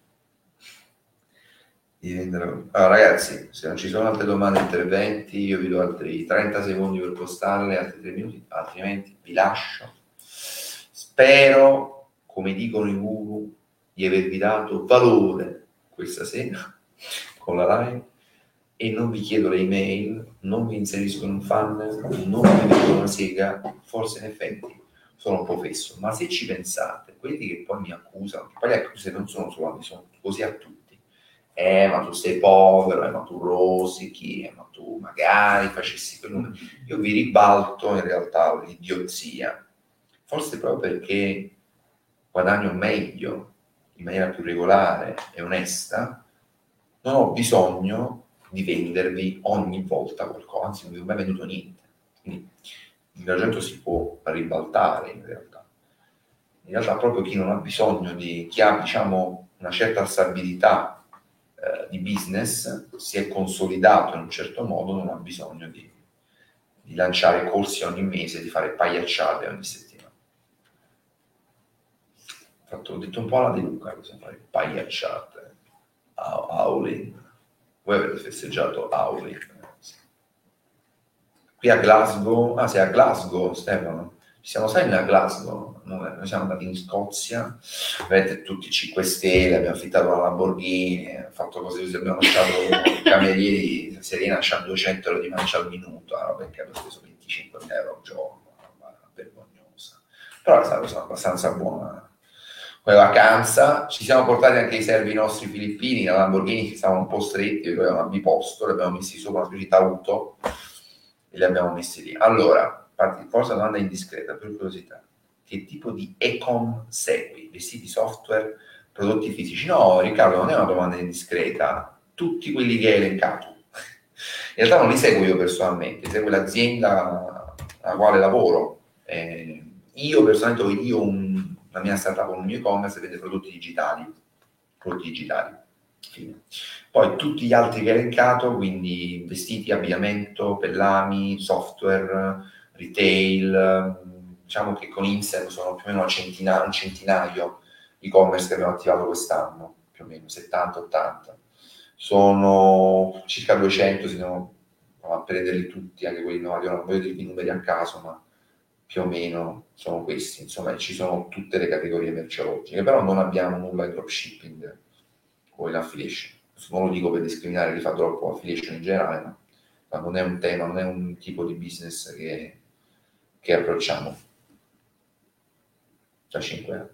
allora, ragazzi, se non ci sono altre domande e interventi, io vi do altri 30 secondi per postarle, altri 3 minuti, altrimenti vi lascio. Spero, come dicono i guru, di avervi dato valore questa sera con la live e non vi chiedo le email, non vi inserisco in un funnel, non vi vedo una sega, forse in effetti sono un po' fesso, ma se ci pensate, quelli che poi mi accusano, che poi le accuse non sono solo a me, sono così a tutti. Ma tu sei povero, ma tu rosichi, ma tu magari facessi quello. Io vi ribalto in realtà l'idiozia, forse proprio perché guadagno meglio, in maniera più regolare e onesta, non ho bisogno di vendervi ogni volta qualcosa, anzi non vi ho mai venduto niente. Quindi il ragionamento si può ribaltare in realtà. In realtà proprio chi non ha bisogno di, chi ha diciamo una certa stabilità di business, si è consolidato in un certo modo, non ha bisogno di lanciare corsi ogni mese, di fare pagliacciate ogni settimana. Ho detto un po' alla De Luca, cosa fare pagliacciate, Aulin. Voi avete festeggiato Aulin. Qui a Glasgow, sei a Glasgow Stefano? Ci siamo stati a Glasgow, noi siamo andati in Scozia, vedete tutti 5 stelle, abbiamo affittato una Lamborghini, abbiamo fatto cose così, abbiamo lasciato i camerieri, Serena c'ha 200 euro di mancia al minuto, perché abbiamo speso 25.000 euro al giorno, vergognosa. Però è stata una cosa abbastanza buona. Come vacanza, ci siamo portati anche i servi nostri filippini, la Lamborghini che stavano un po' stretti, perché avevano a biposto, li abbiamo messi sopra una specie di auto e li abbiamo messi lì. Allora, forse una domanda indiscreta, per curiosità. Che tipo di e-com segui? Vestiti, software, prodotti fisici? No, Riccardo, non è una domanda indiscreta. Tutti quelli che hai elencato. In realtà non li seguo io personalmente, seguo l'azienda alla quale lavoro. Io personalmente ho la mia startup con un mio e-commerce e vende prodotti digitali. Fine. Poi tutti gli altri che hai elencato, quindi vestiti, abbigliamento, pellami, software, retail, diciamo che con Insem sono più o meno un centinaio di e-commerce che abbiamo attivato quest'anno, più o meno 70-80. Sono circa 200, se no a prenderli tutti, anche quelli innovativi, non voglio dirvi i numeri a caso, ma più o meno sono questi, insomma ci sono tutte le categorie merceologiche, però non abbiamo nulla in dropshipping o in affiliation. Non lo dico per discriminare chi fa troppo affiliation in generale, ma non è un tema, non è un tipo di business che approcciamo da 5 anni.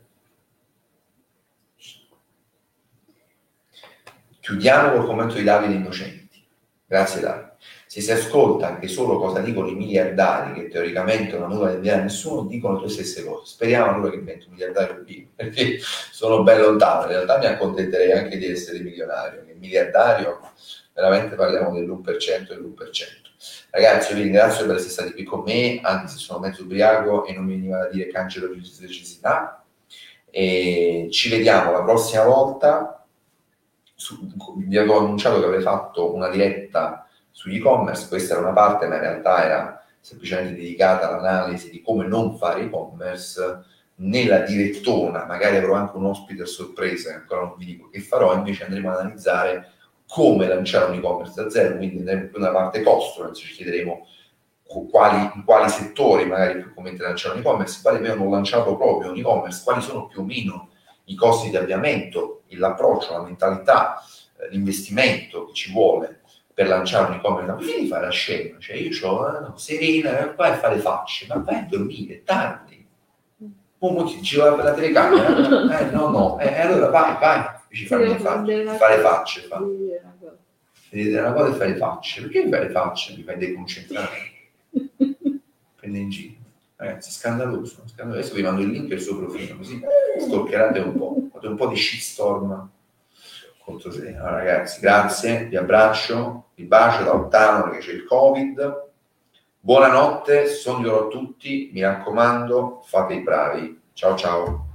Chiudiamo col commento di Davide Innocenti. Grazie Davide. Se si ascolta anche solo cosa dicono i miliardari, che teoricamente non hanno nulla da inviare a nessuno, dicono le tue stesse cose. Speriamo allora che diventi un miliardario vivo, perché sono ben lontano. In realtà mi accontenterei anche di essere milionario. Il miliardario, veramente parliamo dell'1% dell'1%. Ragazzi, io vi ringrazio per essere stati qui con me, anche se sono mezzo ubriaco e non mi veniva da dire cancelo di necessità. E ci vediamo la prossima volta. Vi avevo annunciato che avrei fatto una diretta sugli e-commerce, questa era una parte, ma in realtà era semplicemente dedicata all'analisi di come non fare e-commerce. Nella direttona, magari avrò anche un ospite a sorpresa, che ancora non vi dico che farò, invece andremo ad analizzare come lanciare un e-commerce da zero, quindi nella parte costo, ci chiederemo in quali settori magari più conveniente lanciare un e-commerce, quali avevano lanciato proprio un e-commerce, quali sono più o meno i costi di avviamento, l'approccio, la mentalità, l'investimento che ci vuole per lanciare un e-commerce. Ma fini di fare la scena, cioè io ho Serena, vai a fare facce, ma vai a dormire, è tardi. Mo ti dice la telecamera, no, allora vai, dici fare facce, vedete una cosa e fare facce, perché fare facce? Mi fai deconcentrare, prende in giro. Ragazzi, scandaloso. Adesso vi mando il link del suo profilo, così stalkerate fate un po' di shitstorm contro sé. Allora, ragazzi, grazie, vi abbraccio, vi bacio da lontano perché c'è il Covid. Buonanotte, sogno a tutti, mi raccomando, fate i bravi. Ciao ciao.